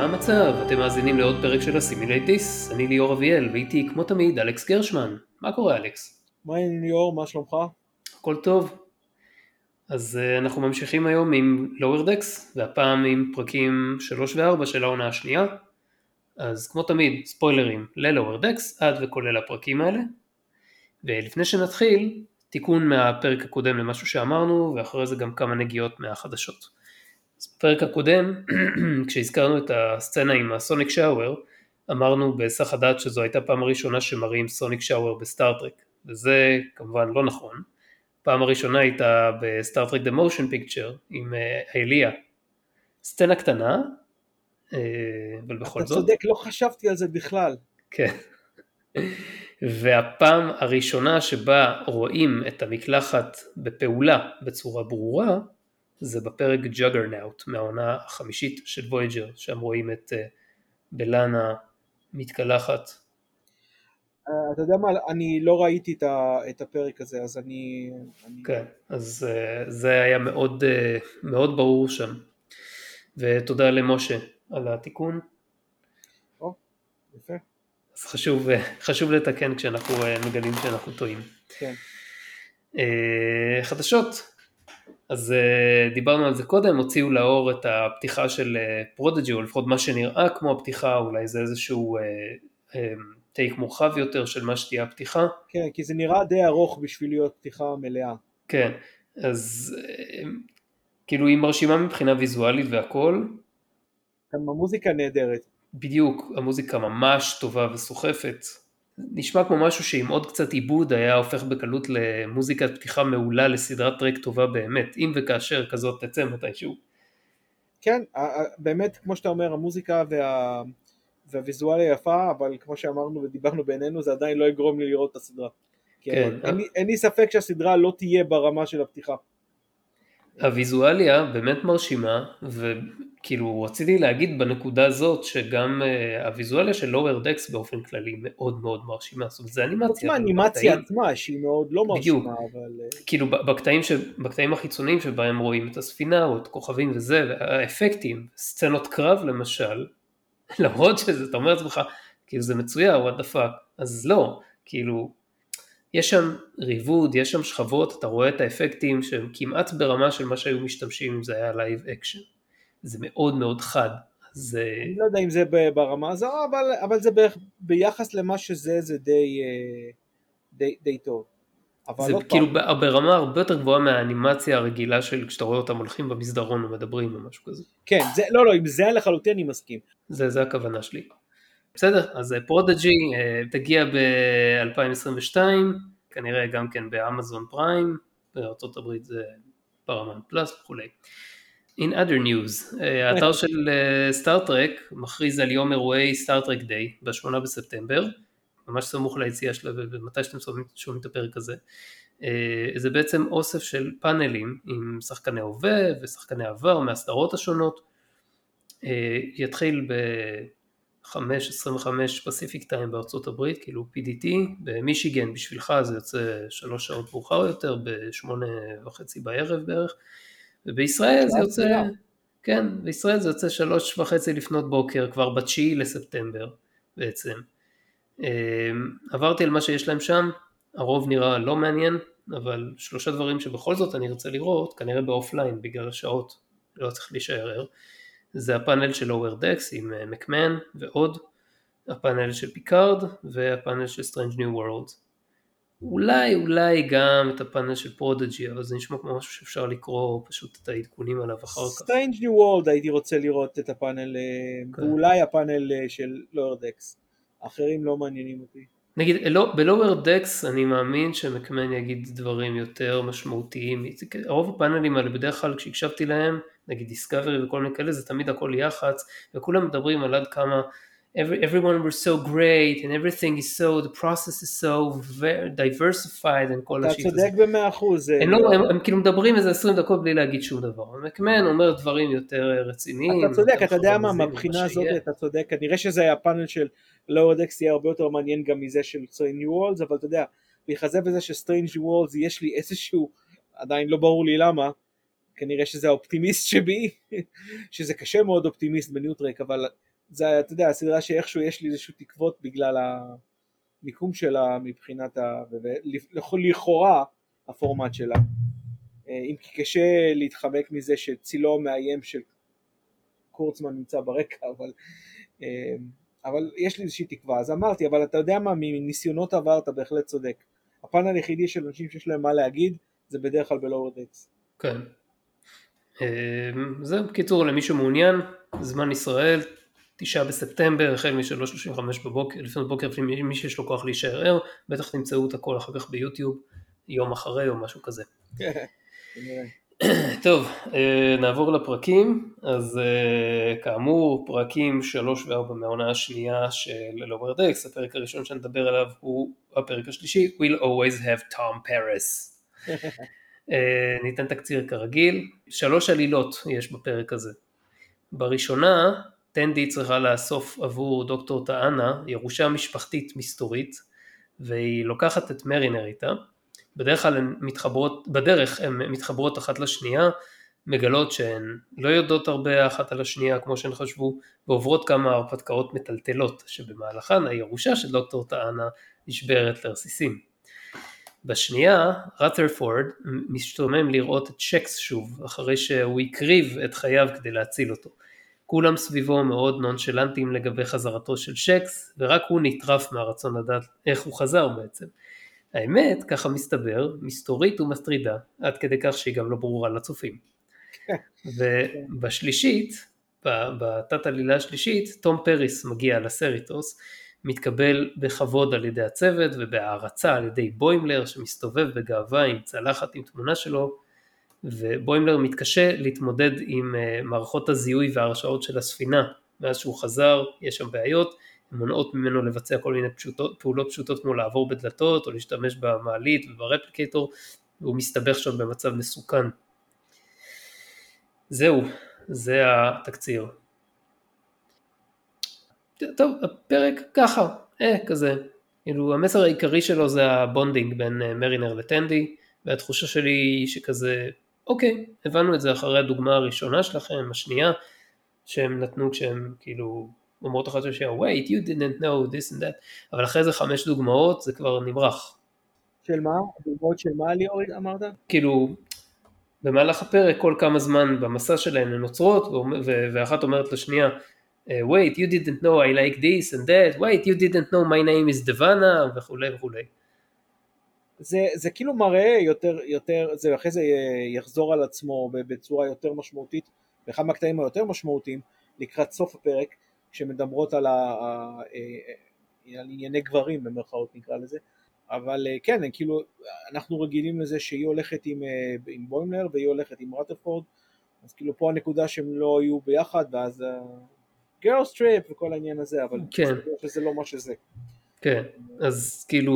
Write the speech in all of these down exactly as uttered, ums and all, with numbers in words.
המצב? אתם מאזינים לעוד פרק של הסימילייטיס, אני ליאור אביאל, ואיתי כמו תמיד אלכס גרשמן. מה קורה אלכס? מה העניין ליאור, מה שלומך? הכל טוב. אז uh, אנחנו ממשיכים היום עם Lower Decks, והפעם עם פרקים שלוש וארבע של העונה השנייה. אז כמו תמיד, ספוילרים ל-Lower Decks, עד וכולל הפרקים האלה. ולפני שנתחיל, תיקון מהפרק הקודם למשהו שאמרנו, ואחרי זה גם כמה נגיעות מהחדשות. אז בפרק הקודם, כשהזכרנו את הסצנה עם הסוניק שאוור, אמרנו בהיסח הדעת שזו הייתה פעם הראשונה שמראים סוניק שאוור בסטארטרק, וזה כמובן לא נכון. פעם הראשונה הייתה בסטארטרק The Motion Picture עם איליה. סצנה קטנה, אבל בכל אתה זאת. צודק, לא חשבתי על זה בכלל. כן. והפעם הראשונה שבה רואים את המקלחת בפעולה בצורה ברורה, זה בפרק ג'אגרנאוט מהעונה החמישית של וויג'ר, שם רואים את בלאנה מתקלחת. אתה יודע מה, אני לא ראיתי את הפרק הזה, אז אני... כן, אז זה היה מאוד מאוד ברור שם, ותודה למשה על התיקון. או, יפה. אז חשוב, חשוב לתקן כשאנחנו מגלים שאנחנו טועים. כן. חדשות. אז דיברנו על זה קודם, הוציאו לאור את הפתיחה של פרודג'י, או לפחות מה שנראה כמו הפתיחה, אולי זה איזשהו טייק מורחב יותר של מה שתהיה הפתיחה. כן, כי זה נראה די ארוך בשביל להיות פתיחה מלאה. כן, אז כאילו היא מרשימה מבחינה ויזואלית והכל. גם המוזיקה נהדרת. בדיוק, המוזיקה ממש טובה וסוחפת. נשמע כמו משהו שעם עוד קצת עיבוד היה הופך בקלות למוזיקת פתיחה מעולה לסדרת טרק טובה באמת, אם וכאשר כזאת תצא מתישהו. כן, באמת כמו שאתה אומר, המוזיקה וה... והוויזואליה יפה, אבל כמו שאמרנו ודיברנו בינינו, זה עדיין לא יגרום לי לראות את הסדרה. כן. אין, אין, אין לי ספק שהסדרה לא תהיה ברמה של הפתיחה. הוויזואליה באמת מרשימה, וכאילו רציתי להגיד בנקודה הזאת שגם uh, הוויזואליה של Lower Decks באופן כללי מאוד מאוד מרשימה, זאת אומרת זה אנימציה. זאת האנימציה עצמה שהיא מאוד לא מרשימה, אבל... כאילו בקטעים, ש... בקטעים החיצוניים שבהם רואים את הספינה או את כוכבים וזה, והאפקטים, סצנות קרב למשל, למרות שזה, אתה אומר לעצמך, כאילו זה מצויה, what the fuck, אז לא, כאילו, יש שם ריבוד, יש שם שכבות, אתה רואה את האפקטים שהם כמעט ברמה של מה שהיו משתמשים אם זה היה לייב אקשן, זה מאוד מאוד חד. אז... אני לא יודע אם זה ברמה הזו, אבל, אבל זה בערך, ביחס למה שזה, זה די, די, די טוב. זה כאילו פעם... ברמה הרבה יותר גבוהה מהאנימציה הרגילה של כשאתה רואה אותם הולכים במסדרון ומדברים או משהו כזה. כן, זה, לא, לא, אם זה היה לחלוטין אני מסכים. זה, זה הכוונה שלי. בסדר, אז פרודג'י תגיע ב-אלפיים עשרים ושתיים, כנראה גם כן באמזון פריים, בארצות הברית זה פרמאונט פלאס וכולי. In other news, האתר של סטארטרק מכריז על יום אירועי סטארטרק דיי, בשמונה בספטמבר, ממש סמוך ליציאה שלה, ומתי שאתם שומעים את הפרק הזה. זה בעצם אוסף של פאנלים עם שחקני הווה ושחקני עבר מהסדרות השונות, יתחיל ב-חמש עשרים וחמש פסיפיק טיים בארצות הברית, כאילו פי די טי, במישיגן בשבילך זה יוצא שלוש שעות מאוחר יותר, בשמונה וחצי בערב בערך, ובישראל זה יוצא, כן, בישראל זה יוצא שלוש וחצי לפנות בוקר, כבר בתשיעי לספטמבר בעצם. עברתי על מה שיש להם שם, הרוב נראה לא מעניין, אבל שלושה דברים שבכל זאת אני רוצה לראות, כנראה באופליין בגלל השעות, לא צריך להישאר, זה הפאנל של Lower Decks עם מקמן ועוד, הפאנל של פיקארד והפאנל של Strange New World. אולי, אולי גם את הפאנל של פרודג'י, אבל זה נשמע כמו משהו שאפשר לקרוא פשוט את העדכונים עליו אחר כך. Strange New World הייתי רוצה לראות את הפאנל, okay. ואולי הפאנל של Lower Decks. האחרים לא מעניינים אותי. נגיד, ב-Lower Decks אני מאמין שמקמן יגיד דברים יותר משמעותיים. הרוב הפאנלים האלה בדרך כלל כשהקשבתי להם, נגיד Discovery וכל מיני כאלה, זה תמיד הכל יח"צ, וכולם מדברים על עד כמה Every, everyone were so great and everything is so, the process is so very diversified and כל השיט הזה. אתה צודק במאה אחוז. הם, לא, הם, הם כאילו מדברים איזה עשרים דקות בלי להגיד שום דבר. מקמן אומר דברים יותר רציניים. אתה צודק, אתה יודע מה, מבחינה הזאת אתה צודק, כנראה שזה היה הפאנל של Lower Decks יהיה הרבה יותר מעניין גם מזה של Strange New Worlds, אבל אתה יודע, להיחזב בזה ש-Strange New Worlds יש לי איזשהו, עדיין לא ברור לי למה, כנראה שזה האופטימיסט שבי, שזה קשה מאוד אופטימיסט בניוטרק, אבל זה, אתה יודע, הסדרה שאיכשהו יש לי איזשהו תקוות בגלל המיקום שלה מבחינת ה... לכאורה הפורמט שלה. אם כי קשה להתחמק מזה שצילו מאיים של קורצמן נמצא ברקע, אבל, אבל יש לי איזושהי תקווה. אז אמרתי, אבל אתה יודע מה, מניסיונות עבר אתה בהחלט צודק. הפן היחידי של אנשים שיש להם מה להגיד, זה בדרך כלל בלואוור דקס. כן. זה בקיצור למי שמעוניין, זמן ישראל, תשעה בספטמבר, החל מ-שלוש שלושים וחמש בבוקר, לפנות בוקר, מי שיש לו כוח להישאר ער, בטח תמצאו את הכל אחר כך ביוטיוב, יום אחרי או משהו כזה. טוב, נעבור לפרקים. אז כאמור, פרקים שלוש וארבע מהעונה השנייה של לואוור דקס, הפרק הראשון שנדבר עליו הוא הפרק השלישי, We'll always have Tom Paris. ניתן תקציר כרגיל, שלוש עלילות יש בפרק הזה. בראשונה, טנדי צריכה לאסוף עבור דוקטור טענה ירושה משפחתית מסתורית, והיא לוקחת את מרינר איתה. בדרך כלל הן מתחברות, בדרך הן מתחברות אחת לשנייה, מגלות שהן לא יודעות הרבה אחת על השנייה כמו שהן חשבו, ועוברות כמה הרפתקאות מטלטלות, שבמהלכן הירושה של דוקטור טענה נשברת לרסיסים. בשנייה, רת'רפורד משתומם לראות את שקס שוב, אחרי שהוא הקריב את חייו כדי להציל אותו. כולם סביבו מאוד נונשלנטים לגבי חזרתו של שקס, ורק הוא נטרף מהרצון לדעת איך הוא חזר בעצם. האמת, ככה מסתבר, מסתורית ומטרידה, עד כדי כך שהיא גם לא ברורה לצופים. ובשלישית, בתת עלילה השלישית, תום פריס מגיע לסריטוס, מתקבל בכבוד על ידי הצוות ובהערצה על ידי בוימלר שמסתובב בגאווה עם צלחת עם תמונה שלו, ובוימלר מתקשה להתמודד עם מערכות הזיהוי וההרשאות של הספינה. מאז שהוא חזר יש שם בעיות, הן מונעות ממנו לבצע כל מיני פשוטות, פעולות פשוטות כמו לעבור בדלתות או להשתמש במעלית וברפליקטור, והוא מסתבך שם במצב מסוכן. זהו, זה התקציר. טוב, הפרק ככה, אה, כזה. כאילו, המסר העיקרי שלו זה הבונדינג בין מרינר לטנדי, והתחושה שלי היא שכזה, אוקיי, הבנו את זה אחרי הדוגמה הראשונה שלכם, השנייה, שהם נתנו כשהם כאילו אומרות אחת לשנייה, wait, you didn't know this and that, אבל אחרי זה חמש דוגמאות, זה כבר נמרח. של מה? דוגמאות של מה ליאור אמרת? כאילו, במהלך הפרק כל כמה זמן במסע שלהם הן נוצרות, ואחת אומרת לשנייה, wait, you didn't know I like this and that, wait, you didn't know my name is Devana, וכולי וכולי. זה, זה כאילו מראה יותר, יותר, זה אחרי זה יחזור על עצמו בצורה יותר משמעותית, באחד מהקטעים היותר משמעותיים, לקראת סוף הפרק, שמדברות על, ה, ה, על ענייני גברים, במרכאות נקרא לזה, אבל כן, כאילו, אנחנו רגילים לזה שהיא הולכת עם, עם בוימלר, והיא הולכת עם רת'רפורד, אז כאילו פה הנקודה שהם לא היו ביחד, ואז girls trip וכל העניין הזה, אבל כן. שזה לא מה שזה. כן, אז כאילו,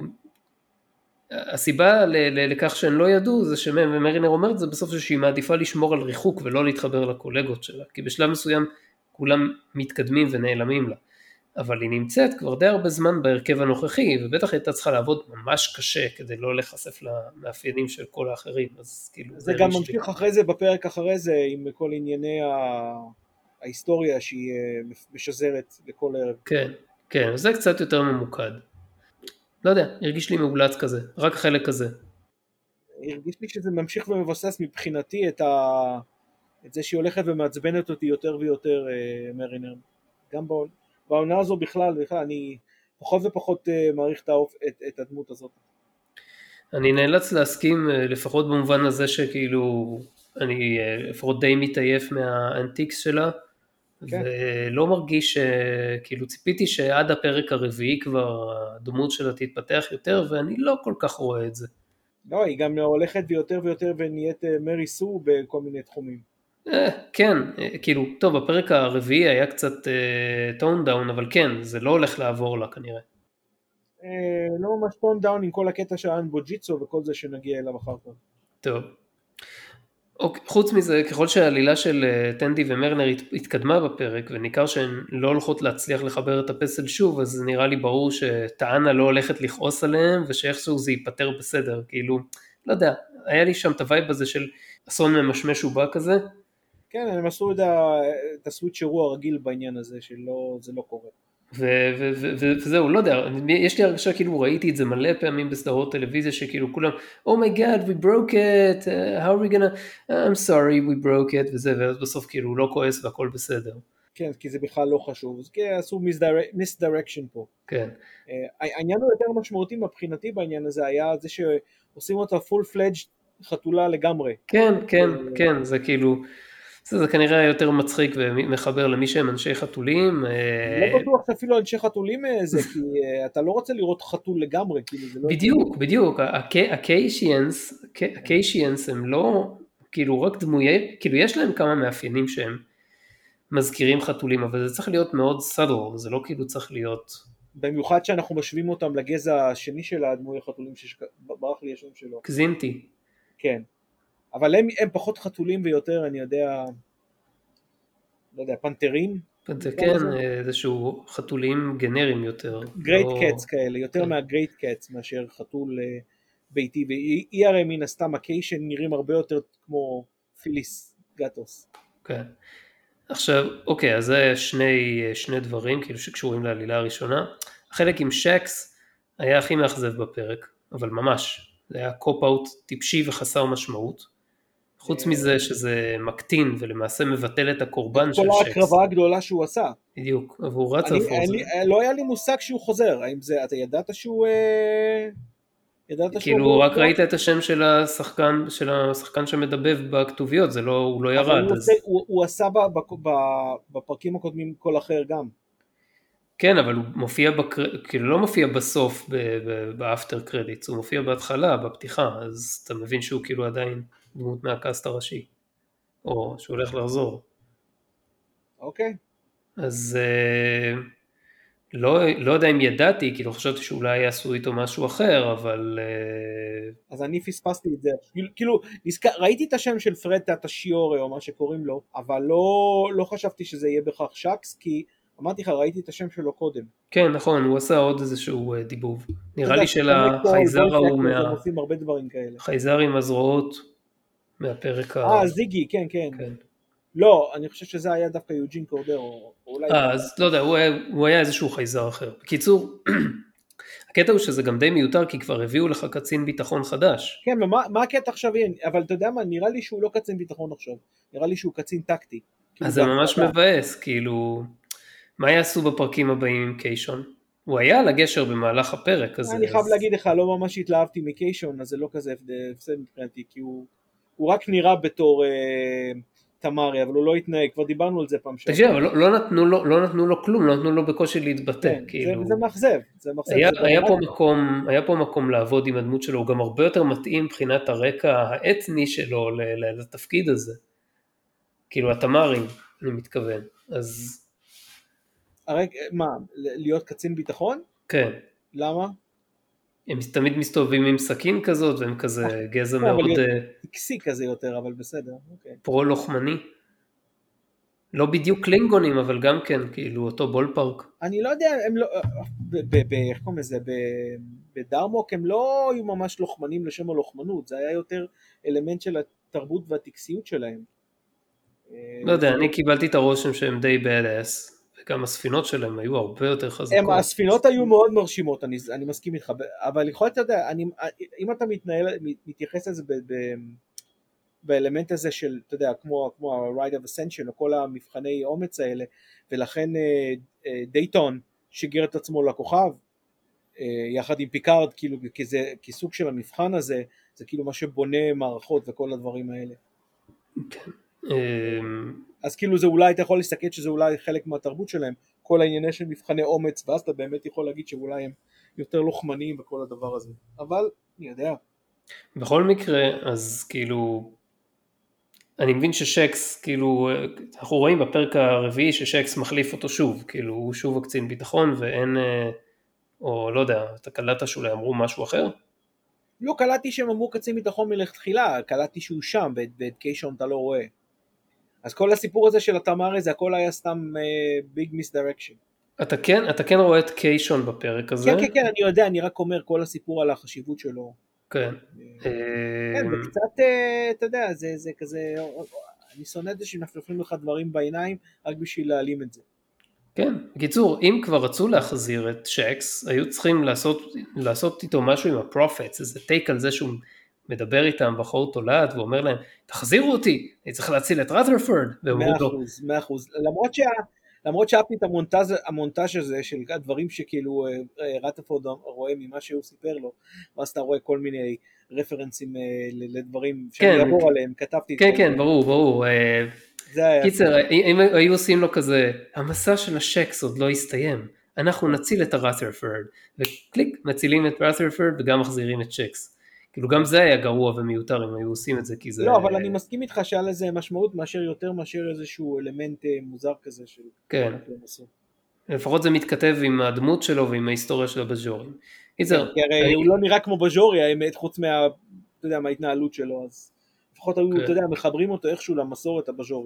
הסיבה לכך שהן לא ידעו, זה שמרינר אומרת זה בסוף שהיא מעדיפה לשמור על ריחוק ולא להתחבר לקולגות שלה, כי בשלב מסוים כולם מתקדמים ונעלמים לה, אבל היא נמצאת כבר די הרבה זמן בהרכב הנוכחי, ובטח הייתה צריכה לעבוד ממש קשה כדי לא לחשף למאפיינים של כל האחרים, אז כאילו... זה גם ממשיך אחרי זה, בפרק אחרי זה, עם כל ענייני ההיסטוריה שהיא משזרת לכל ערב. כן, כן, זה קצת יותר ממוקד. לא יודע, הרגיש לי מאולץ כזה, רק חלק כזה. הרגיש לי שזה ממשיך ומבסס מבחינתי את, ה... את זה שהיא הולכת ומעצבנת אותי יותר ויותר מרינר. גם בעונה הזו בכלל, בכלל אני פחות ופחות מעריך את, את הדמות הזאת. אני נאלץ להסכים לפחות במובן הזה שכאילו אני לפחות די מתעייף מהאנטיקס שלה, כן. ולא מרגיש כאילו ציפיתי שעד הפרק הרביעי כבר הדמות שלה תתפתח יותר, ואני לא כל כך רואה את זה. לא, היא גם הולכת ויותר ויותר ונהיית מרי סו בכל מיני תחומים. כן, כאילו, טוב, הפרק הרביעי היה קצת טון דאון, אבל כן, זה לא הולך לעבור לה כנראה. לא ממש טון דאון עם כל הקטע של האנבוג'יצו וכל זה שנגיע אליו אחר כך. טוב. אוקיי, חוץ מזה, ככל שהעלילה של טנדי ומרנר התקדמה בפרק, וניכר שהן לא הולכות להצליח לחבר את הפסל שוב, אז נראה לי ברור שטענה לא הולכת לכעוס עליהם, ושאיכשהו זה ייפטר בסדר, כאילו, לא יודע, היה לי שם את הווייב הזה של אסון ממשמש ובא כזה. כן, הם עשו את הסוויץ' אירוע הרגיל בעניין הזה, שזה לא קורה. וזהו, לא יודע, יש לי הרגשה כאילו ראיתי את זה מלא פעמים בסדרות טלוויזיה שכאילו כולם, Oh my god, we broke it, uh, how are we gonna, I'm sorry, we broke it, וזה, ובסוף כאילו הוא לא כועס והכל בסדר. כן, כי זה בכלל לא חשוב, אז כי עשו misdirection פה. כן. העניין הוא יותר משמעותי מבחינתי בעניין הזה, היה זה שעושים אותה full fledged חתולה לגמרי. כן, כן, כן, זה כאילו... זה כנראה יותר מצחיק ומחבר למי שהם אנשי חתולים. לא בטוח שאפילו אנשי חתולים זה, כי אתה לא רוצה לראות חתול לגמרי. בדיוק, בדיוק. הקיישיאנס, הקיישיאנס הם לא, כאילו רק דמויי, כאילו יש להם כמה מאפיינים שהם מזכירים חתולים, אבל זה צריך להיות מאוד סאדל, זה לא כאילו צריך להיות... במיוחד שאנחנו משווים אותם לגזע השני של הדמויי חתולים שברח לי השם שלו. קזינטי. כן. אבל הם, הם פחות חתולים ויותר, אני יודע, לא יודע, פנתרים? פנתר, כן, איזשהו חתולים גנריים יותר. גרייט קאטס כאלה, יותר מהגרייט קאטס מאשר חתול ביתי, והיא הרי מן הסתם הקיישן נראים הרבה יותר כמו פיליס גטוס. כן. עכשיו, אוקיי, אז זה שני, שני דברים כאילו שקשורים לעלילה הראשונה. החלק עם שקס היה הכי מאכזב בפרק, אבל ממש, זה היה קופ-אוט טיפשי וחסר משמעות. חוץ מזה שזה מקטין ולמעשה מבטל את הקורבן של שקס. כל ההקרבה הגדולה שהוא עשה. בדיוק, והוא רץ על פורזן. לא היה לי מושג שהוא חוזר, האם זה, אתה ידעת שהוא... כאילו רק ראית את השם של השחקן, של השחקן שמדבב בכתוביות, זה לא, הוא לא ירד. הוא עשה בפרקים הקודמים כל אחר גם. כן, אבל הוא מופיע, כאילו לא מופיע בסוף באפטר קרדיטס, הוא מופיע בהתחלה, בפתיחה, אז אתה מבין שהוא כאילו עדיין דמות מהקאסט הראשי, או שהוא הולך לחזור. אוקיי. אז לא, לא יודע אם ידעתי, כאילו חשבתי שאולי יעשו איתו משהו אחר, אבל... אז אני פספסתי את זה, כאילו, ראיתי את השם של פרד טאטשיורה או מה שקוראים לו, אבל לא, לא חשבתי שזה יהיה בכך שקס, כי... אמרתי לך, ראיתי את השם שלו קודם. כן, נכון, הוא עשה עוד איזשהו דיבוב. נראה לי של החייזר ההוא מה... הם עושים הרבה דברים כאלה. חייזר עם הזרועות מהפרק ה... אה, זיגי, כן, כן. לא, אני חושב שזה היה דווקא יוג'ין קורדר, או אולי... אה, אז לא יודע, הוא היה איזשהו חייזר אחר. בקיצור, הקטע הוא שזה גם די מיותר, כי כבר הביאו לך קצין ביטחון חדש. כן, ומה הקטע עכשיו יהיה? אבל אתה יודע מה, נראה לי שהוא לא קצין ביטחון עכשיו. נראה לי שהוא קצין טקטי. אז זה ממש מבאס, כאילו... מה יעשו בפרקים הבאים עם קיישון? הוא היה על הגשר במהלך הפרק הזה. אני חייב להגיד לך, לא ממש התלהבתי מקיישון, אז זה לא כזה הפסד מבחינתי, כי הוא רק נראה בתור תמרי, אבל הוא לא התנהג, כבר דיברנו על זה פעם שעברה. תקשיב, אבל לא נתנו לו כלום, לא נתנו לו בקושי להתבטא. זה מאכזב. היה פה מקום לעבוד עם הדמות שלו, הוא גם הרבה יותר מתאים מבחינת הרקע האתני שלו לתפקיד הזה. כאילו התמרים, אני מתכוון. אז... הרגע, מה, להיות קצין ביטחון? כן. למה? הם תמיד מסתובבים עם סכין כזאת, והם כזה גזע מאוד... איקסי כזה יותר, אבל בסדר. פרו-לוחמני. לא בדיוק קלינגונים, אבל גם כן, כאילו, אותו בולפארק. אני לא יודע, הם לא... איך קוראים לזה? בדרמוק הם לא היו ממש לוחמנים לשם הלוחמנות, זה היה יותר אלמנט של התרבות והטקסיות שלהם. לא יודע, אני קיבלתי את הרושם שהם די badass. גם הספינות שלהם היו הרבה יותר חזקות. הם, הספינות היו מאוד מרשימות, אני, אני מסכים איתך, אבל יכול להיות, אתה יודע, אני, אם אתה מתנהל, מתייחס לזה ב, ב, באלמנט הזה של, אתה יודע, כמו, כמו ה-Ride of Ascension, או כל המבחני אומץ האלה, ולכן דייטון שיגר את עצמו לכוכב, יחד עם פיקארד, כאילו, כזה, כסוג של המבחן הזה, זה כאילו מה שבונה מערכות וכל הדברים האלה. כן. אז כאילו זה אולי, אתה יכול להסתכל שזה אולי חלק מהתרבות שלהם, כל הענייני של מבחני אומץ, ואז אתה באמת יכול להגיד שאולי הם יותר לוחמניים בכל הדבר הזה, אבל אני יודע. בכל מקרה, אז כאילו, אני מבין ששקס, כאילו, אנחנו רואים בפרק הרביעי ששקס מחליף אותו שוב, כאילו הוא שוב הקצין ביטחון ואין, או לא יודע, אתה קלטת שאולי אמרו משהו אחר? לא, קלטתי שהם אמרו קצין ביטחון מלכתחילה, קלטתי שהוא שם, ואת קיישון אתה לא רואה. אז כל הסיפור הזה של התמרי, זה הכל היה סתם ביג מיסדירקשן. אתה כן, אתה כן רואה את קיישון בפרק הזה? כן, כן, כן, אני יודע, אני רק אומר כל הסיפור על החשיבות שלו. כן. כן, וקצת, אתה יודע, זה כזה, אני שונא את זה שמפלפלים לך דברים בעיניים רק בשביל להעלים את זה. כן, בקיצור, אם כבר רצו להחזיר את שקס, היו צריכים לעשות, לעשות איתו משהו עם הפרופטס, איזה טייק על זה שהוא מדבר איתם בחור תולד, ואומר להם, תחזירו אותי, אני צריך להציל את רת'רפורד. מאה אחוז, מאה אחוז. למרות שה... למרות שאהבתי את המונטז, המונטז' הזה של הדברים שכאילו רת'רפורד רואה ממה שהוא סיפר לו, ואז אתה רואה כל מיני רפרנסים לדברים שאני אעבור עליהם, כתבתי את זה. כן, כן, ברור, ברור. קיצר, אם היו עושים לו כזה, המסע של השקס עוד לא הסתיים, אנחנו נציל את הרת'רפורד, וקליק, מצילים את רת'רפורד וגם מחזירים את שקס. כאילו גם זה היה גרוע ומיותר אם היו עושים את זה, כי זה... לא, אבל אני מסכים איתך שהיה לזה משמעות מאשר יותר מאשר איזשהו אלמנט מוזר כזה של... כן. לפחות זה מתכתב עם הדמות שלו ועם ההיסטוריה שלו בז'ורים. כי הרי הוא לא נראה כמו בז'ורי, האמת, חוץ מה... אתה יודע, מההתנהלות שלו, אז לפחות היו, אתה יודע, מחברים אותו איכשהו למסורת הבז'ורי.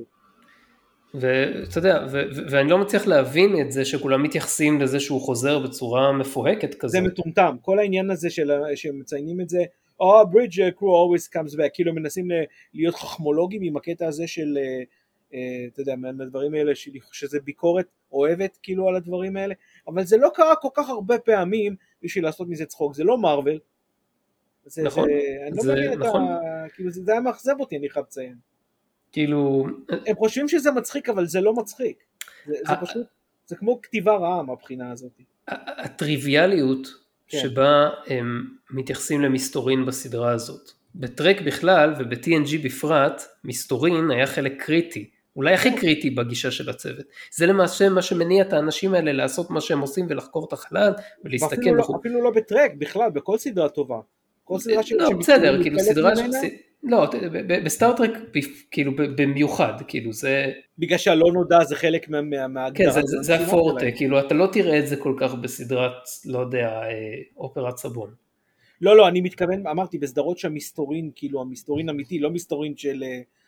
ואתה יודע, ואני לא מצליח להבין את זה שכולם מתייחסים לזה שהוא חוזר בצורה מפוהקת כזאת. זה מטומטם, כל העניין הזה שמציינים את זה, oh, bridge crew always comes back, כאילו מנסים להיות חכמולוגים עם הקטע הזה של, אתה יודע, מהדברים האלה, שזה ביקורת אוהבת כאילו על הדברים האלה, אבל זה לא קרה כל כך הרבה פעמים בשביל לעשות מזה צחוק, זה לא מרוול. נכון. אני לא מבין את ה... כאילו זה היה מאכזב אותי, אני חייב לציין. כאילו... הם חושבים שזה מצחיק, אבל זה לא מצחיק. זה פשוט, זה כמו כתיבה רעה מהבחינה הזאת. הטריוויאליות שבה הם מתייחסים למסתורין בסדרה הזאת. בטרק בכלל וב-טי אן ג'י בפרט, מסתורין היה חלק קריטי, אולי הכי קריטי בגישה של הצוות. זה למעשה מה שמניע את האנשים האלה לעשות מה שהם עושים ולחקור את החלל ולהסתכל. אפילו לא בטרק, בכלל, בכל סדרה טובה. כל סדרה ש... לא, בסדר, כאילו סדרה... לא, בסטארטרק כאילו במיוחד, כאילו זה... בגלל שהלא נודע זה חלק מההגדרה. כן, זה הפורטה, כאילו אתה לא תראה את זה כל כך בסדרת, לא יודע, אופרת סבון. לא, לא, אני מתכוון, אמרתי, בסדרות שהמסתורין, כאילו המסתורין אמיתי, לא מסתורין של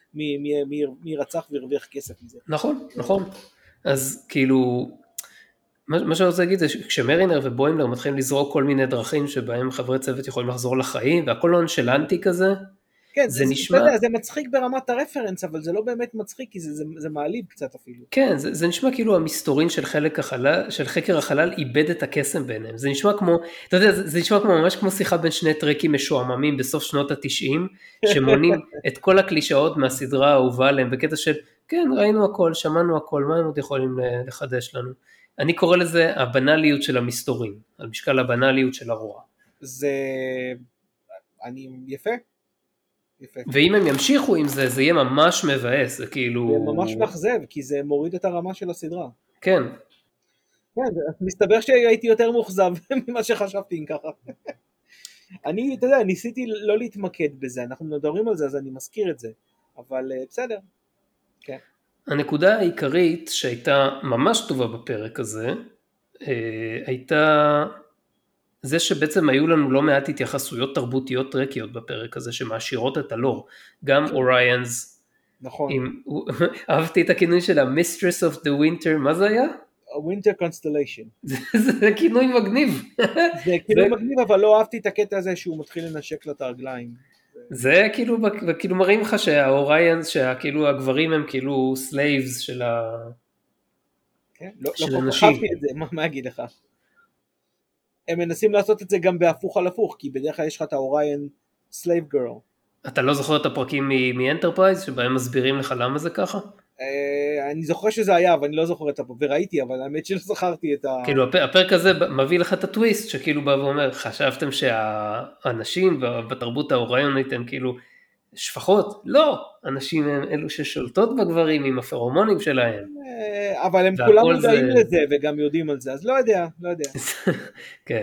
מי רצח והרוויח כסף מזה. נכון, נכון. אז כאילו, מה שאני רוצה להגיד זה שכשמרינר ובוימלר מתחילים לזרוק כל מיני דרכים שבהם חברי צוות יכולים לחזור לחיים, והכל נונשלנטי כזה, כן, זה, זה נשמע... יודע, זה מצחיק ברמת הרפרנס, אבל זה לא באמת מצחיק, כי זה, זה, זה מעליב קצת אפילו. כן, זה, זה נשמע כאילו המסתורין של חלק החלל, של חקר החלל איבד את הקסם ביניהם. זה נשמע כמו, אתה יודע, זה, זה נשמע כמו, ממש כמו שיחה בין שני טרקים משועממים בסוף שנות התשעים, שמונים את כל הקלישאות מהסדרה האהובה עליהם, בקטע של, כן, ראינו הכל, שמענו הכל, מה הם עוד יכולים לחדש לנו? אני קורא לזה הבנליות של המסתורין, על משקל הבנליות של הרוע. זה, אני, יפה. יפה. ואם הם ימשיכו עם זה, זה יהיה ממש מבאס, זה כאילו... זה ממש מחזב, כי זה מוריד את הרמה של הסדרה. כן. כן, מסתבר שהייתי יותר מוחזב ממה שחשבתי אם ככה. אני, אתה יודע, ניסיתי לא להתמקד בזה, אנחנו מדברים על זה, אז אני מזכיר את זה, אבל בסדר. כן. הנקודה העיקרית שהייתה ממש טובה בפרק הזה, הייתה... זה שבעצם היו לנו לא מעט התייחסויות תרבותיות טרקיות בפרק הזה, שמעשירות את הלור, גם אוריינס, נכון. עם, אהבתי את הכינוי של ה-Mistress of the Winter, מה זה היה? Winter Constellation. זה, זה כינוי מגניב. זה כינוי מגניב, אבל לא אהבתי את הקטע הזה שהוא מתחיל לנשק לה את הרגליים. זה כאילו, כאילו מראים לך שהאוריינס, שכאילו הגברים הם כאילו slaves של ה... כן? לא, לא כל כך אהבתי את זה, מה, מה אגיד לך? הם מנסים לעשות את זה גם בהפוך על הפוך, כי בדרך כלל יש לך את האוריין סלייב גרל. אתה לא זוכר את הפרקים מאנטרפרייז, שבהם מסבירים לך למה זה ככה? אני זוכר שזה היה, אבל אני לא זוכר את הפרק, וראיתי, אבל האמת שלא זכרתי את ה... כאילו הפרק הזה מביא לך את הטוויסט, שכאילו בא ואומר, חשבתם שהאנשים בתרבות האוריונית הם כאילו שפחות? לא, אנשים הם אלו ששולטות בגברים עם הפרומונים שלהם. אבל הם כולם מודעים לזה וגם יודעים על זה, אז לא יודע, לא יודע. כן,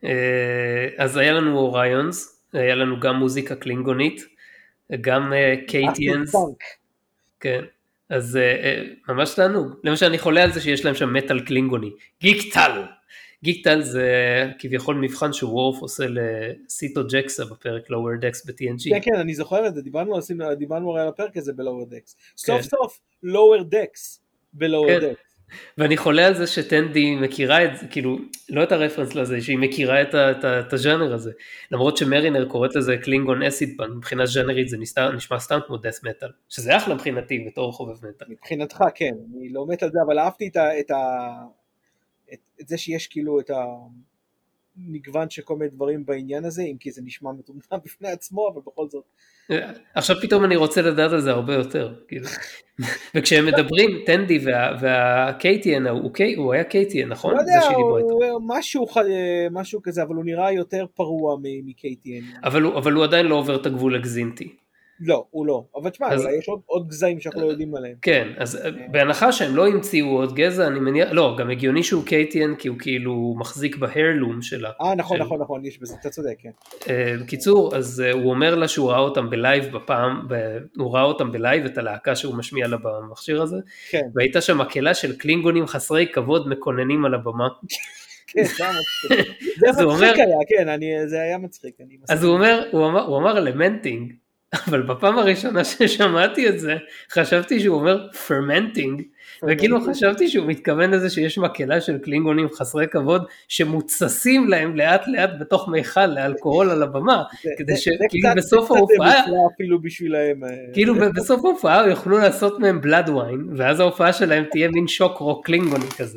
אז היה לנו אוריונס, היה לנו גם מוזיקה קלינגונית, גם קייטיאנס. כן, אז ממש תענוג. למשל אני חולה על זה שיש להם שם מטל קלינגוני. גיקטל. גיקטל זה כביכול מבחן שוורף עושה לסיטו ג'קסה בפרק לואוור דקס ב-טי אן ג'י. כן, כן, אני זוכר את זה, דיברנו הרי על הפרק הזה בלואוור דקס. סוף סוף לואוור דקס בלואוור דקס. ואני חולה על זה שטנדי מכירה את זה, כאילו, לא את הרפרנס לזה, שהיא מכירה את, ה, את, ה, את הז'אנר הזה, למרות שמרינר קוראת לזה קלינגון אסיד פן, מבחינה ז'אנרית זה נשמע, נשמע סתם כמו דאס מטל, שזה אחלה מבחינתי בתור חובב מטל. מבחינתך כן, אני לא מת על זה, אבל אהבתי את, ה, את, ה, את, את זה שיש כאילו את המגוון של כל מיני דברים בעניין הזה, אם כי זה נשמע מטומטם בפני עצמו, אבל בכל זאת. עכשיו פתאום אני רוצה לדעת על זה הרבה יותר, כאילו. וכשהם מדברים, טנדי והקייטיאן, הוא היה קייטיאן, נכון? לא יודע, משהו, משהו כזה, אבל הוא נראה יותר פרוע מקייטיאן. אבל הוא עדיין לא עובר את הגבול הגזינטי. לא, הוא לא, אבל תשמע, אולי יש עוד גזעים שאנחנו לא יודעים עליהם. כן, אז בהנחה שהם לא המציאו עוד גזע, אני מניח, לא, גם הגיוני שהוא קייטיאן, כי הוא כאילו מחזיק בהרלום שלה. אה, נכון, נכון, נכון, יש בזה, אתה צודק, כן. בקיצור, אז הוא אומר לה שהוא ראה אותם בלייב בפעם, הוא ראה אותם בלייב, את הלהקה שהוא משמיע לה במכשיר הזה, והייתה שם מקהלה של קלינגונים חסרי כבוד מקוננים על הבמה. כן, זה היה מצחיק. זה מצחיק היה, כן, זה היה מצחיק. אז הוא אומר, הוא אמר אלמנטינג, אבל בפעם הראשונה ששמעתי את זה, חשבתי שהוא אומר פרמנטינג, וכאילו חשבתי שהוא מתכוון לזה שיש מקהלה של קלינגונים חסרי כבוד, שמוצסים להם לאט לאט בתוך מיכל לאלכוהול על הבמה, כדי שכאילו בסוף ההופעה, כאילו בסוף ההופעה יוכלו לעשות מהם בלאד וויין, ואז ההופעה שלהם תהיה מין שוק רוק קלינגוני כזה.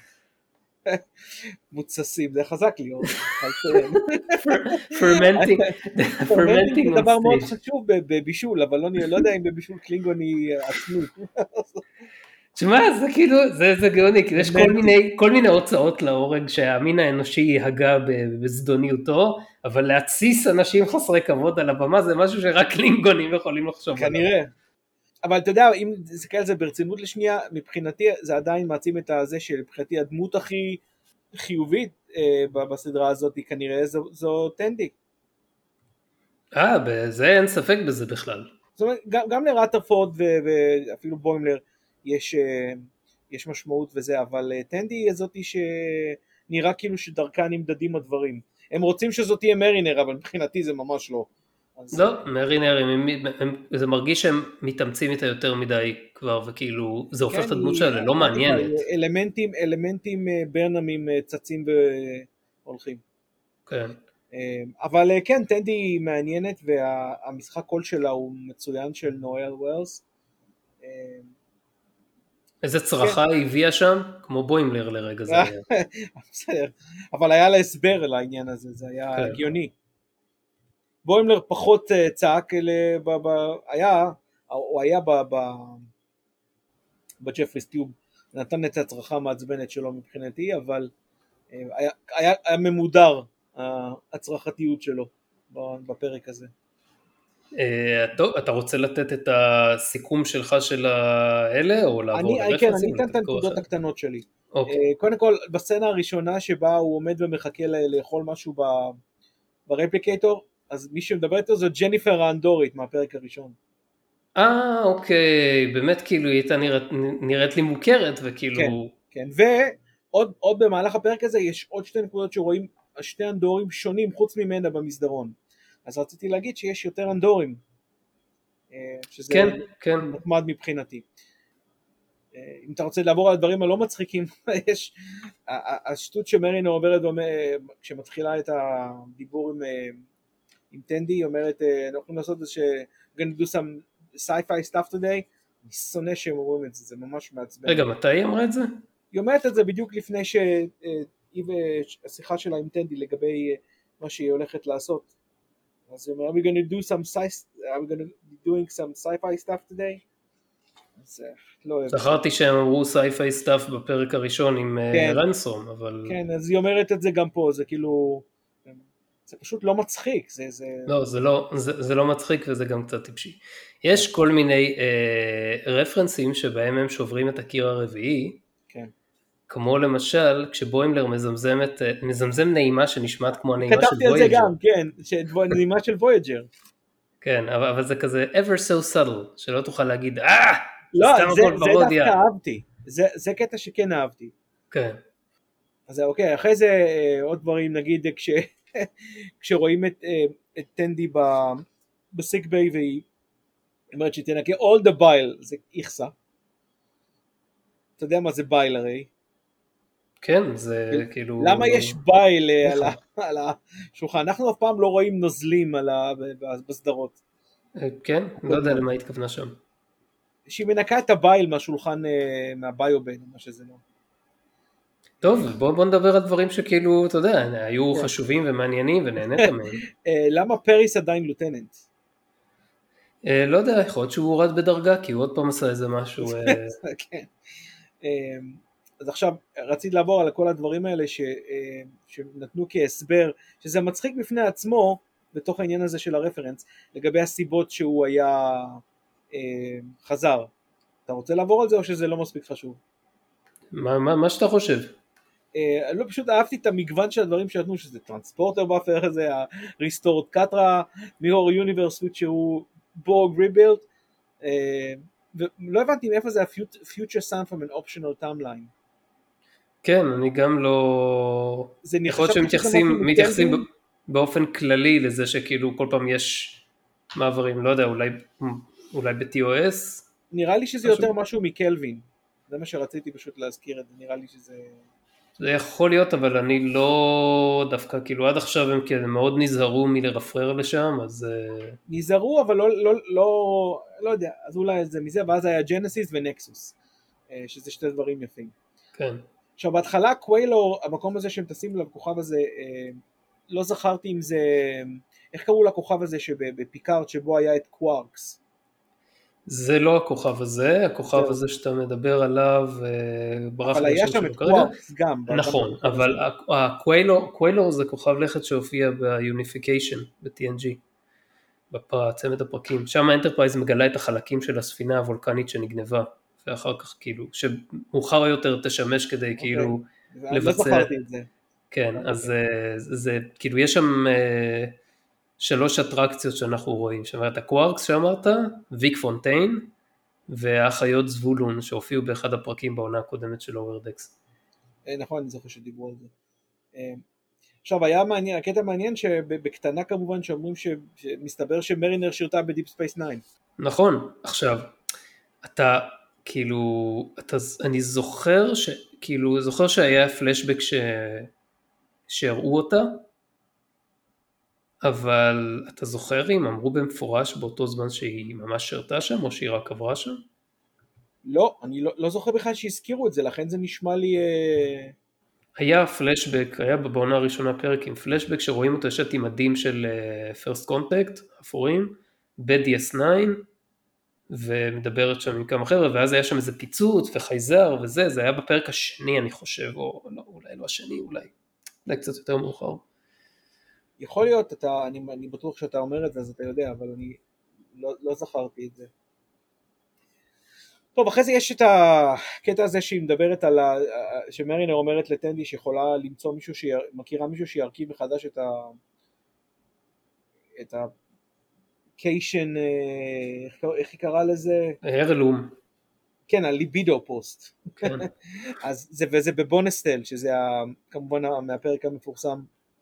מוצסים, זה חזק לי. פרמנטינג. פרמנטינג זה דבר מאוד חשוב בבישול, אבל לא יודע אם בבישול קלינגוני עצמי. תשמע, זה כאילו, זה גאוני, כי יש כל מיני הוצאות להורג שהמין האנושי יהגה בזדוניותו, אבל להציס אנשים חסרי כבוד על הבמה זה משהו שרק קלינגונים יכולים לחשוב עליו. כנראה. אבל אתה יודע, אם תסתכל על זה ברצינות לשנייה, מבחינתי זה עדיין מעצים את זה שלבחינתי הדמות הכי חיובית אה, בסדרה הזאת היא כנראה זו, זו טנדי. אה, בזה אין ספק בזה בכלל. זאת אומרת, גם, גם לרטרפורד ואפילו בוימלר יש, אה, יש משמעות וזה, אבל אה, טנדי היא זאת שנראה כאילו שדרכה נמדדים הדברים. הם רוצים שזאת תהיה מרינר, אבל מבחינתי זה ממש לא. לא, מרינר, זה מרגיש שהם מתאמצים איתה יותר מדי כבר, וכאילו זה הופך את הדמות שלה לא מעניינת. אלמנטים, אלמנטים ברנמים צצים והולכים. כן. אבל כן, טנדי היא מעניינת, והמשחק קול שלה הוא מצוין של נואל ווילס. איזה צרחה היא הביאה שם? כמו בוימלר לרגע זה היה. בסדר, אבל היה לה הסבר לעניין הזה, זה היה הגיוני. בוימלר פחות צעק, היה, הוא היה בג'פריס טיוב, נתן את הצרחה המעצבנת שלו מבחינתי, אבל היה ממודר הצרחתיות שלו בפרק הזה. טוב, אתה רוצה לתת את הסיכום שלך של האלה, או לעבור לרפרנסים? כן, אני אתן את הנקודות הקטנות שלי. קודם כל, בסצנה הראשונה שבה הוא עומד ומחכה לאכול משהו ברפליקטור, אז מי שמדבר איתו זו ג'ניפר האנדורית מהפרק הראשון. אה, אוקיי, באמת כאילו היא הייתה נראית, נראית לי מוכרת, וכאילו... כן, כן, ועוד עוד במהלך הפרק הזה יש עוד שתי נקודות שרואים שתי אנדורים שונים חוץ ממנה במסדרון. אז רציתי להגיד שיש יותר אנדורים. שזה כן, כן. נחמד מבחינתי. אם אתה רוצה לעבור על הדברים הלא מצחיקים, יש... השטות שמרינר עוברת כשמתחילה את הדיבור עם... עם טנדי, היא אומרת, אנחנו יכולים לעשות את זה ש... we're going to do some sci-fi stuff today, אני שונא שהם אומרים את זה, זה ממש מעצבן. רגע, מתי היא אמרה את זה? היא אומרת את זה בדיוק לפני שהשיחה שלה עם טנדי לגבי מה שהיא הולכת לעשות. אז היא אומרת, we're going to do some sci- we're going to be doing some sci-fi stuff today. אז לא אוהב. זכרתי שהם אמרו sci-fi stuff בפרק הראשון עם רנסום, אבל... כן, אז היא אומרת את זה גם פה, זה כאילו... זה פשוט לא מצחיק. זה, זה... לא, זה לא, זה, זה לא מצחיק וזה גם קצת טיפשי. יש כל מיני אה, רפרנסים שבהם הם שוברים את הקיר הרביעי, כן. כמו למשל, כשבוימלר מזמזם, את, מזמזם נעימה שנשמעת כמו הנעימה של וויג'ר. כתבתי על זה גם, כן, נעימה של וויג'ר. כן, אבל, אבל זה כזה ever so subtle, שלא תוכל להגיד, אה, לא, זה, זה, זה דווקא אהבתי. זה, זה קטע שכן אהבתי. כן. אז אוקיי, אחרי זה עוד דברים, נגיד, כש... כשרואים את, את טנדי בסיק ביי והיא אומרת שתנקה all the bile, זה איכסה, אתה יודע מה זה בייל הרי? כן, זה כאילו... למה יש בייל על השולחן? אנחנו אף פעם לא רואים נוזלים בסדרות. כן, לא יודע למה התכוונה שם. שהיא מנקה את הבייל מהשולחן, מהביובין, מה שזה לא. טוב, בוא, בוא נדבר על דברים שכאילו, אתה יודע, היו חשובים ומעניינים ונהנית מהם. למה פריס עדיין לוטננט? לא יודע, יכול להיות שהוא הורד בדרגה, כי הוא עוד פעם עשה איזה משהו. כן. אז עכשיו, רציתי לעבור על כל הדברים האלה ש, שנתנו כהסבר, שזה מצחיק בפני עצמו, בתוך העניין הזה של הרפרנס, לגבי הסיבות שהוא היה חזר. אתה רוצה לעבור על זה או שזה לא מספיק חשוב? מה, מה, מה שאתה חושב? לא, פשוט אהבתי את המגוון של הדברים שנתנו, שזה טרנספורטר באפר הזה, ה-Restored קטרה, Mirror Universe, שהוא בורג ריבילד, ולא הבנתי מאיפה זה ה-Future Sound from an Optional Timeline. כן, אני גם לא... זה יכול להיות שהם מתייחסים באופן כללי לזה שכאילו כל פעם יש מעברים, לא יודע, אולי, אולי ב-טי או אס? נראה לי שזה יותר משהו מקלווין, זה מה שרציתי פשוט להזכיר את זה, נראה לי שזה... זה יכול להיות, אבל אני לא דווקא, כאילו עד עכשיו הם כאילו מאוד נזהרו מלרפרר לשם, אז... נזהרו, אבל לא, לא, לא, לא יודע, אז אולי זה מזה, ואז היה ג'נסיס ונקסוס, שזה שתי דברים יפים. כן. עכשיו, בהתחלה קוויילו, המקום הזה שהם טסים לכוכב הזה, לא זכרתי אם זה, איך קראו לכוכב הזה שבפיקארד שבו היה את קווארקס? זה לא הכוכב הזה, הכוכב הזה שאתה מדבר עליו, אבל היה שם את קווארקס גם. נכון, אבל הקוויילו זה כוכב לכת שהופיע ביוניפיקיישן, ב-טי אן ג'י, בצמד הפרקים, שם האנטרפרייז מגלה את החלקים של הספינה הוולקנית שנגנבה, ואחר כך כאילו, שמאוחר יותר תשמש כדי כאילו לבצע. לא זכרתי את זה. כן, אז זה, כאילו יש שם שלוש אטרקציות שאנחנו רואים, שאומרת הקווארקס שאמרת, ויק פונטיין, והאחיות זבולון שהופיעו באחד הפרקים בעונה הקודמת של אוברדקס. נכון, אני זוכר שדיברו על זה. עכשיו, היה מעניין, הקטע מעניין שבקטנה כמובן שאומרים שמסתבר שמרינר שירתה בדיפ ספייס ניין. נכון, עכשיו, אתה כאילו, אתה, אני זוכר ש, כאילו, זוכר שהיה פלשבק ש, שהראו אותה, אבל אתה זוכר אם אמרו במפורש באותו זמן שהיא ממש שרתה שם, או שהיא רק עברה שם? לא, אני לא, לא זוכר בכלל שהזכירו את זה, לכן זה נשמע לי... היה פלשבק, היה בעונה הראשונה פרק עם פלשבק, שרואים אותו ישת עם מדים של First Contact, אפורים, ב-די אס ניין, ומדברת שם עם כמה חבר'ה, ואז היה שם איזה פיצוץ וחייזר וזה, זה היה בפרק השני אני חושב, או לא, אולי לא השני, אולי, אולי קצת יותר מאוחר. יכול להיות, אתה, אני, אני בטוח שאתה אומר את זה, אז אתה יודע, אבל אני לא, לא זכרתי את זה. טוב, אחרי זה יש את הקטע הזה שהיא מדברת על, ה, שמרינר אומרת לטנדי שיכולה למצוא מישהו, שמכירה מישהו שירכיב מחדש את ה... את ה... קיישן, איך, איך היא קרא לזה? הרלום. כן, הליבידו פוסט. כן. אז זה, וזה בבונסטל, שזה ה, כמובן מהפרק המפורסם.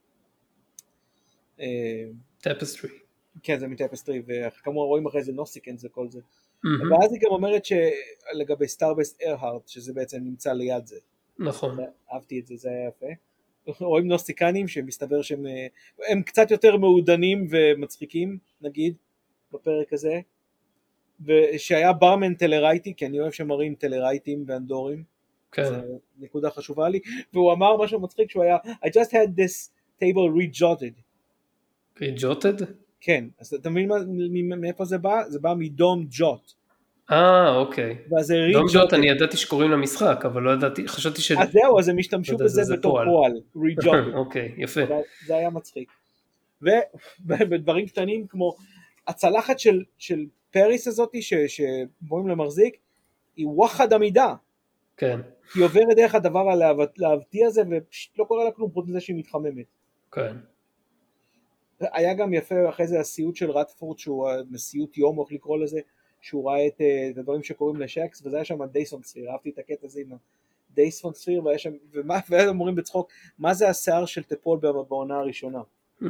טפסטרי. כן, זה מטפסטרי, וכמובן רואים אחרי זה נוסיקנס וכל זה. ואז היא גם אומרת שלגבי סטארבסט ארהארט, שזה בעצם נמצא ליד זה. נכון. אהבתי את זה, זה היה יפה. רואים נוסיקנים שמסתבר שהם הם קצת יותר מעודנים ומצחיקים, נגיד, בפרק הזה. ושהיה ברמן טלרייטי, כי אני אוהב שמראים טלרייטים ואנדורים. כן. זו נקודה חשובה לי. והוא אמר משהו מצחיק שהוא היה, I just had this table rejotted. rejotted? כן, אז אתה מבין מאיפה זה בא? זה בא מדום ג'וט. אה, אוקיי. דום ג'וט rejotted. אני ידעתי שקוראים למשחק, אבל לא ידעתי, חשבתי ש... אז זהו, אז הם השתמשו בזה בתור פועל. rejotted. אוקיי, יפה. זה היה מצחיק. ובדברים קטנים כמו הצלחת של, של פריס הזאת שבואים למחזיק, היא ווחד עמידה. כן. היא עוברת דרך הדבר הלהבטי הזה ופשוט לא קורה לה כלום חוץ מזה שהיא מתחממת. כן. היה גם יפה אחרי זה הסיוט של רטפורד, שהוא מסיוט יום, איך לקרוא לזה, שהוא ראה את, את הדברים שקוראים לשקס, וזה היה שם הדייסון ספיר, אהבתי את הקטע הזה עם הדייסון ספיר, והיה שם, ומה, והיה אומרים בצחוק, מה זה השיער של טפול בעונה הראשונה? הוא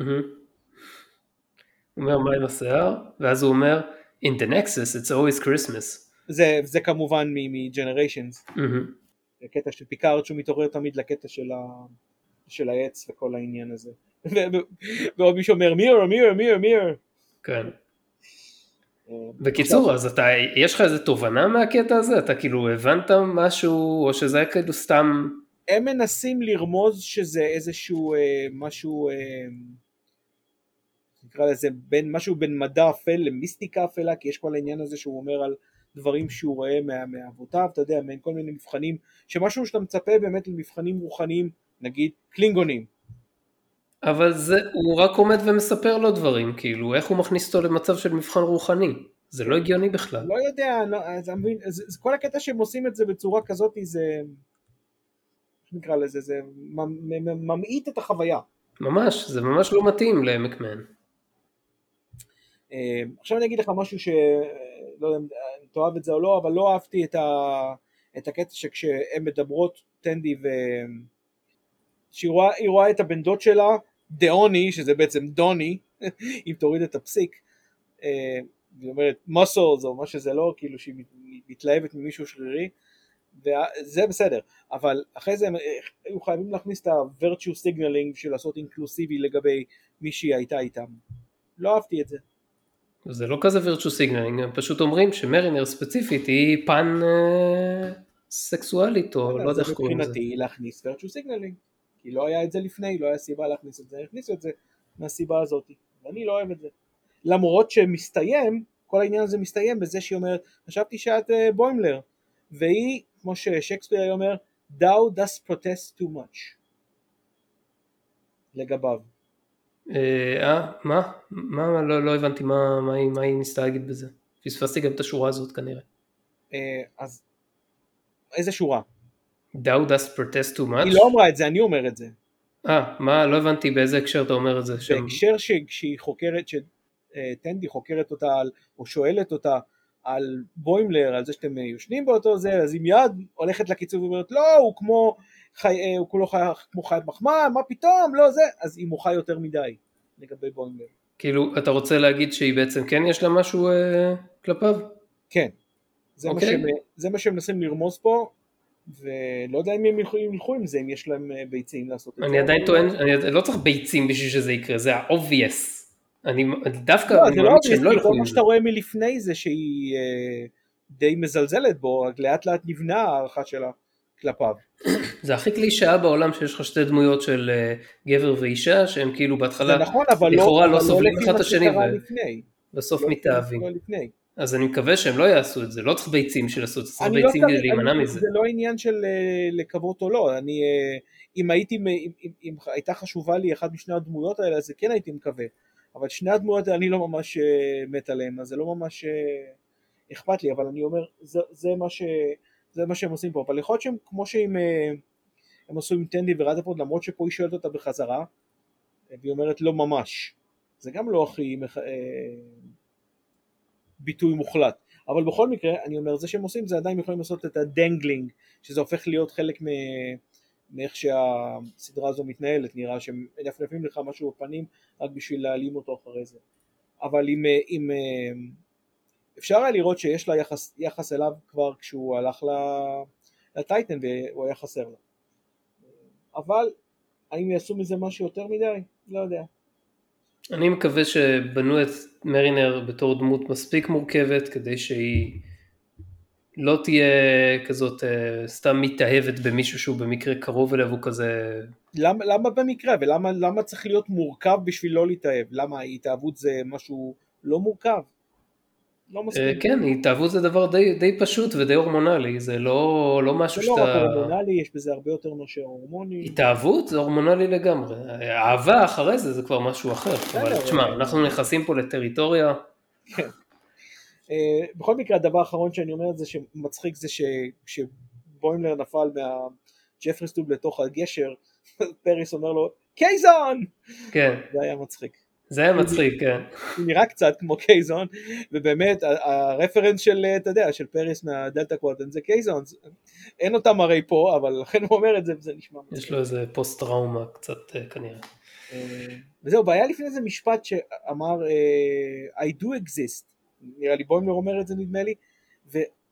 אומר מה עם השיער, ואז הוא אומר, in the Nexus it's always Christmas. זה, זה כמובן מ-Generations. Mm-hmm. הקטע של פיקארד שהוא מתעורר תמיד לקטע של, ה... של העץ וכל העניין הזה. ועוד מישהו אומר, מירר, מירר, מירר, מירר. כן. בקיצור, אז אתה, יש לך איזה תובנה מהקטע הזה? אתה כאילו הבנת משהו, או שזה היה כאילו סתם... הם מנסים לרמוז שזה איזשהו אה, משהו, אה, נקרא לזה, בין, משהו בין מדע אפל למיסטיקה אפלה, כי יש כל העניין הזה שהוא אומר על דברים שהוא רואה מה, מאבותיו, אתה יודע, מעין כל מיני מבחנים, שמשהו שאתה מצפה באמת למבחנים רוחניים, נגיד קלינגונים. זה... אבל זה, הוא רק עומד ומספר לו דברים, כאילו, איך הוא מכניס אותו למצב של מבחן רוחני? זה לא הגיוני בכלל. לא יודע, לא, אז, אז, אז כל הקטע שהם עושים את זה בצורה כזאת, זה, נקרא לזה, זה ממעיט את החוויה. ממש, זה ממש לא מתאים למקמן. עכשיו אני אגיד לך משהו שלא יודע אם אתה אוהב את זה או לא, אבל לא אהבתי את, ה... את הקטע שכשהן מדברות, טנדי, ו... שהיא רואה, רואה את הבן דוד שלה, דאוני, שזה בעצם דוני, אם תוריד את הפסיק, והיא אומרת muscles או מה שזה לא, כאילו שהיא מתלהבת ממישהו שרירי, וזה בסדר, אבל אחרי זה הם היו חייבים להכניס את ה-virtue signaling של לעשות אינקלוסיבי לגבי מי שהיא הייתה איתם. לא אהבתי את זה. זה לא כזה virtue signaling, הם פשוט אומרים שמרינר ספציפית היא פן אה, סקסואלית, או לא יודע איך קוראים לזה. זה מבחינתי להכניס virtue signaling, כי לא היה את זה לפני, לא היה סיבה להכניס את זה, הכניסו את זה מהסיבה הזאת, ואני לא אוהב את זה. למרות שמסתיים, כל העניין הזה מסתיים בזה שהיא אומרת, חשבתי שאת uh, בוימלר, והיא, כמו ששייקספיר אומר, thou dost protest too much, לגביו. אה, מה? מה? לא, לא הבנתי מה, מה, מה היא ניסתה להגיד בזה. פספסתי גם את השורה הזאת כנראה. אה, אז, איזה שורה? Thou dost protest too much? היא לא אמרה את זה, אני אומר את זה. אה, מה? לא הבנתי באיזה הקשר אתה אומר את זה. בהקשר שהיא חוקרת, שטנדי חוקרת אותה, או שואלת אותה, על בוימלר, על זה שאתם יושנים באותו זה, אז היא מיד הולכת לקיצור ואומרת, לא, הוא כמו חי, הוא כולו חי, כמו חיית מחמד, מה פתאום, לא זה, אז היא מוחה יותר מדי לגבי בוימלר. כאילו, אתה רוצה להגיד שהיא בעצם כן יש לה משהו אה, כלפיו? כן, זה, okay. מה שהם, זה מה שהם מנסים לרמוז פה, ולא יודע אם הם ילכו עם זה, אם יש להם ביצים לעשות את זה. אני עדיין טוען, אני לא צריך ביצים בשביל שזה יקרה, זה ה-obvious. אני דווקא, לא, אני זה לא מאמין שהם לא ילכו עם זה. מה שאתה רואה מלפני זה שהיא אה, די מזלזלת בו, רק לאט לאט נבנה הערכה שלה כלפיו. זה הכי קלישאה בעולם שיש לך שתי דמויות של uh, גבר ואישה, שהם כאילו בהתחלה, נכון, אבל לכאורה לא, לא אבל סובלים לא אחד את השני, ובסוף לא מתאהבים. לא לפני. אז אני מקווה שהם לא יעשו את זה, לא צריך ביצים של לעשות, צריך ביצים לא כדי להימנע מזה. זה לא עניין של לקוות או לא, אני, אם הייתי, אם, אם, אם הייתה חשובה לי אחת משני הדמויות האלה, אז כן הייתי מקווה. אבל שני הדמויות אני לא ממש מת עליהם, אז זה לא ממש אכפת לי, אבל אני אומר, זה, זה, מה, ש, זה מה שהם עושים פה, אבל יכול להיות שהם, כמו שהם הם עשו עם טנדי ורדפורד, למרות שפה היא שואלת אותה בחזרה, והיא אומרת לא ממש, זה גם לא הכי ביטוי מוחלט, אבל בכל מקרה, אני אומר, זה שהם עושים, זה עדיין יכולים לעשות את הדנגלינג, שזה הופך להיות חלק מ... מאיך שהסדרה הזו מתנהלת, נראה שהם נפנפים לך משהו בפנים רק בשביל להעלים אותו אחרי זה. אבל אם, אם אפשר היה לראות שיש לה יחס, יחס אליו כבר כשהוא הלך לטייטן והוא היה חסר לה. אבל האם יעשו מזה משהו יותר מדי? לא יודע. אני מקווה שבנו את מרינר בתור דמות מספיק מורכבת כדי שהיא לא תהיה כזאת סתם מתאהבת במישהו שהוא במקרה קרוב אליו, הוא כזה... למה, למה במקרה? ולמה למה צריך להיות מורכב בשביל לא להתאהב? למה התאהבות זה משהו לא מורכב? לא מספיק. כן, התאהבות זה דבר די, די פשוט ודי הורמונלי, זה לא, לא משהו שאתה... זה לא רק הורמונלי, יש בזה הרבה יותר מאשר הורמוני. התאהבות זה הורמונלי לגמרי, אהבה אחרי זה זה כבר משהו אחר, אבל תשמע, אנחנו נכנסים פה לטריטוריה. כן. בכל מקרה הדבר האחרון שאני אומר זה שמצחיק זה שבוימלר נפל מהג'פריסטוב לתוך הגשר, פריס אומר לו קייזון! כן. זה היה מצחיק. זה היה מצחיק, כן. הוא נראה קצת כמו קייזון, ובאמת הרפרנס של, אתה יודע, של פריס מהדלטה קוואטן זה קייזון, אין אותם הרי פה, אבל לכן הוא אומר את זה וזה נשמע מצחיק. יש לו איזה פוסט טראומה קצת כנראה. וזהו, והיה לפני איזה משפט שאמר I do exist, נראה לי בוימלר אומר את זה נדמה לי,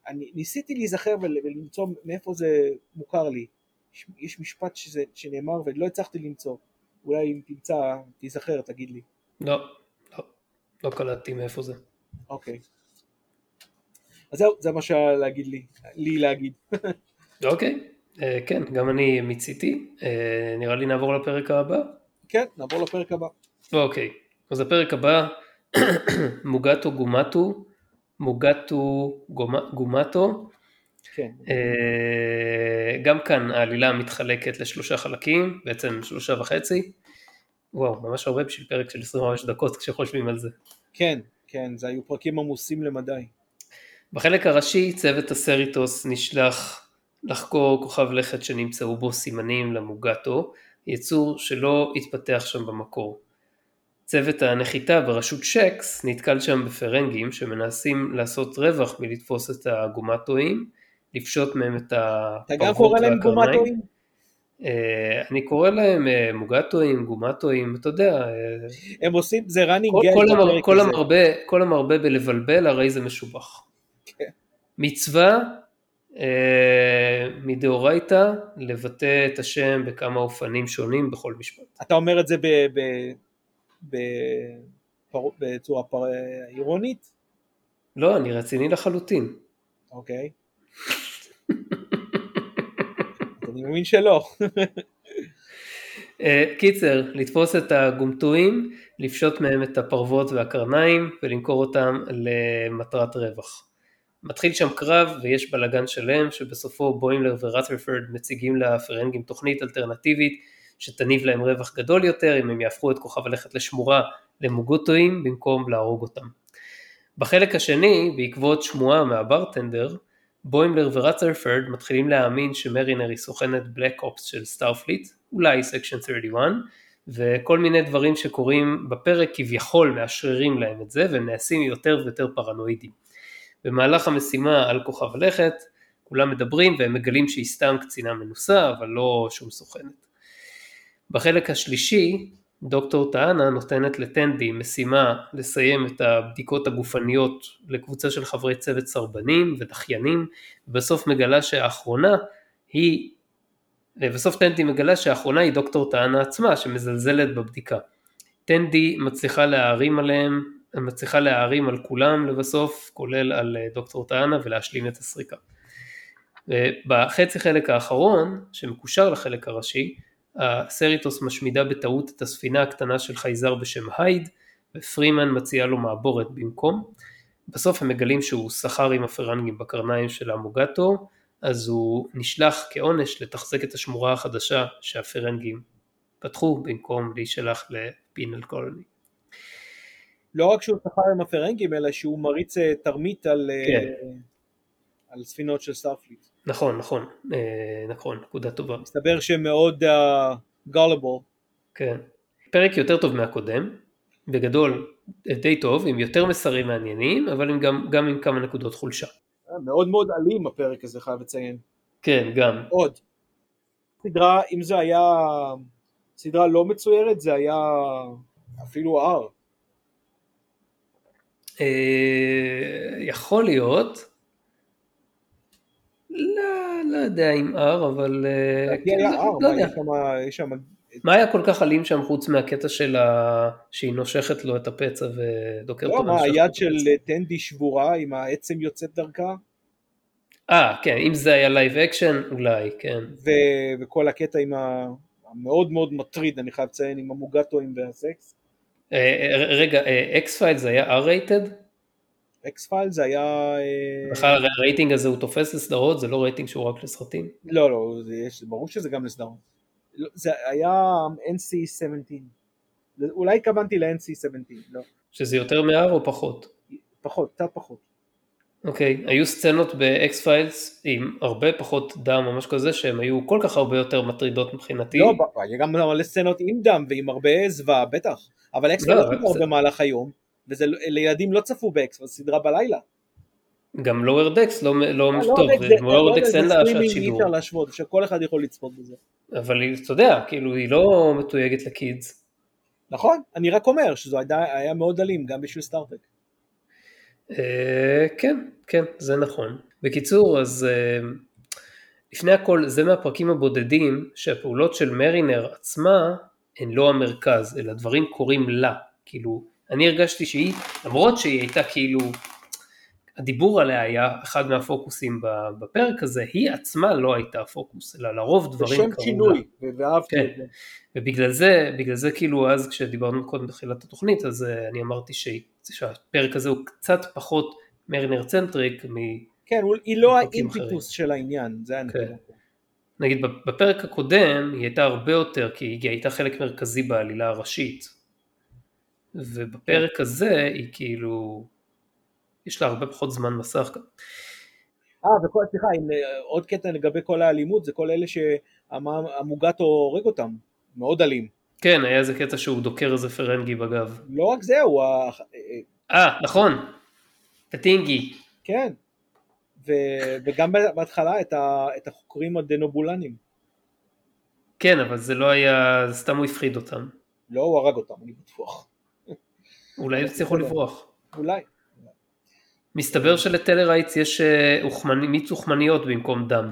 אני ניסיתי להיזכר ולמצוא מאיפה זה מוכר לי. יש, יש משפט שזה, שנאמר ולא הצלחתי למצוא. אולי אם תמצא, תיזכר, תגיד לי. לא, לא, לא קלטתי מאיפה זה. אוקיי. אז זהו, זה מה שהיה להגיד לי, לי להגיד. אוקיי, כן, גם אני מיציתי. נראה לי נעבור לפרק הבא. כן, נעבור לפרק הבא. אוקיי, אז הפרק הבא, מוגטו גומטו, מוגטו גומטו. כן. גם כאן העלילה מתחלקת לשלושה חלקים, בעצם שלושה וחצי. וואו, ממש הרבה בשביל פרק של עשרים וחמש דקות כשחושבים על זה. כן, כן, זה היו פרקים עמוסים למדי. בחלק הראשי צוות הסריטוס נשלח לחקור כוכב לכת שנמצאו בו סימנים למוגטו, יצור שלא התפתח שם במקור. צוות הנחיתה בראשות שקס נתקל שם בפרנגים שמנסים לעשות רווח מלתפוס את הגומטואים, לפשוט מהם את הפרוות והקרניים. אתה גם קורא להם גומטואים? אני קורא להם מוגטואים, גומטואים, אתה יודע. הם עושים, זה running gag. כל המרבה בלבלבל הרי זה משובח. מצווה מדאורייתא לבטא את השם בכמה אופנים שונים בכל משפט. אתה אומר את זה בצורה אירונית? לא, אני רציני לחלוטין. אוקיי. אני מבין שלא. קיצר, לתפוס את הגומטואים, לפשוט מהם את הפרוות והקרניים ולמכור אותם למטרת רווח. מתחיל שם קרב ויש בלגן שלם שבסופו בוימלר ורת'רפורד מציגים לפרנגים תוכנית אלטרנטיבית שתניב להם רווח גדול יותר אם הם יהפכו את כוכב הלכת לשמורה למוגטואים במקום להרוג אותם. בחלק השני, בעקבות שמועה מהברטנדר, בוימלר ורת'רפורד מתחילים להאמין שמרינר היא סוכנת בלק אופס של סטארפליט, אולי סקשן שלושים ואחת, וכל מיני דברים שקורים בפרק כביכול מאשררים להם את זה, והם נעשים יותר ויותר פרנואידים. במהלך המשימה על כוכב הלכת, כולם מדברים והם מגלים שהיא סתם קצינה מנוסה, אבל לא שום סוכנת. בחלק השלישי, דוקטור טענה נותנת לטנדי משימה לסיים את הבדיקות הגופניות לקבוצה של חברי צוות סרבנים ודחיינים, ובסוף מגלה שהאחרונה היא, ובסוף טנדי מגלה שהאחרונה היא דוקטור טענה עצמה שמזלזלת בבדיקה. טנדי מצליחה להערים עליהם, מצליחה להערים על כולם לבסוף, כולל על דוקטור טענה ולהשלים את הסריקה. בחצי חלק האחרון, שמקושר לחלק הראשי, הסריטוס משמידה בטעות את הספינה הקטנה של חייזר בשם הייד, ופרימן מציעה לו מעבורת במקום. בסוף הם מגלים שהוא שכר עם הפרנגים בקרניים של המוגטו, אז הוא נשלח כעונש לתחזק את השמורה החדשה שהפרנגים פתחו במקום להישלח לפינל קולוני. לא רק שהוא שכר עם הפרנגים, אלא שהוא מריץ תרמית על, כן. על ספינות של סטארפליט. נכון, נכון, נכון, נקודה טובה. מסתבר שמאוד גולבל. כן. פרק יותר טוב מהקודם, בגדול די טוב, עם יותר מסרים מעניינים, אבל עם גם, גם עם כמה נקודות חולשה. מאוד מאוד אלים הפרק הזה, חייב לציין. כן, גם. עוד. סדרה, אם זה היה סדרה לא מצוירת, זה היה אפילו R. יכול להיות, לא, לא יודע אם R, אבל לא יודע. מה היה כל כך אלים שם חוץ מהקטע שלה שהיא נושכת לו את הפצע ודוקר אותו? לא, מה, היד של טנדי שבורה עם העצם יוצאת דרכה? אה, כן, אם זה היה לייב אקשן, אולי, כן. וכל הקטע עם המאוד מאוד מטריד, אני חייב לציין, עם המוגטואים והסקס. רגע, אקס-פייל זה היה R-rated? אקס-פייל זה היה... בכלל הרייטינג הזה הוא תופס לסדרות, זה לא רייטינג שהוא רק לסרטים? לא, לא, זה ברור שזה גם לסדרות. זה היה אן סי שבע עשרה, אולי כוונתי ל-אן סי שבע עשרה, לא. שזה יותר מ-R או פחות? פחות, קצת פחות. אוקיי, היו סצנות ב-X-Files עם הרבה פחות דם, ממש כזה, שהן היו כל כך הרבה יותר מטרידות מבחינתי. לא, היה גם מלא סצנות עם דם ועם הרבה זוועה, בטח. אבל X-Files לא כבר במהלך היום, ולילדים לא צפו ב-X-Files, סדרה בלילה. גם לואר דקס לא טוב, לואר דקס אין לה שעת שידור. אי אפשר להשוות, שכל אחד יכול לצפות בזה. אבל אתה יודע, כאילו היא לא מתויגת לקידס. נכון, אני רק אומר שזו היה מאוד אלים, גם בשביל סטארטק. כן, כן, זה נכון. בקיצור, אז לפני הכל, זה מהפרקים הבודדים, שהפעולות של מרינר עצמה, הן לא המרכז, אלא דברים קורים לה, כאילו, אני הרגשתי שהיא, למרות שהיא הייתה כאילו, הדיבור עליה היה אחד מהפוקוסים בפרק הזה, היא עצמה לא הייתה פוקוס, אלא לרוב דברים קרו לה. בשם שינוי, ואהבתי כן. את זה. ובגלל זה, בגלל זה כאילו אז כשדיברנו קודם בתחילת התוכנית, אז אני אמרתי שהפרק הזה הוא קצת פחות מרינר צנטריק מ... כן, היא לא האימפיטוס של העניין, זה הנקודה. נגיד בפרק הקודם היא הייתה הרבה יותר, כי היא הייתה חלק מרכזי בעלילה הראשית, ובפרק הזה היא כאילו, יש לה הרבה פחות זמן מסך כאן. אה, וכל, סליחה, עוד קטע לגבי כל האלימות, זה כל אלה שהמוגטו הורג אותם, מאוד אלים. כן, היה איזה קטע שהוא דוקר איזה פרנגי בגב. לא רק זה, הוא... אה, נכון, פטינגי. כן, ו... וגם בהתחלה את, ה... את החוקרים הדנובולנים. כן, אבל זה לא היה, סתם הוא הפחיד אותם. לא, הוא הרג אותם, אני בטוח. אולי הצליחו לברוח. אולי. מסתבר שלטלרייטס יש מיץ אוכמניות במקום דם.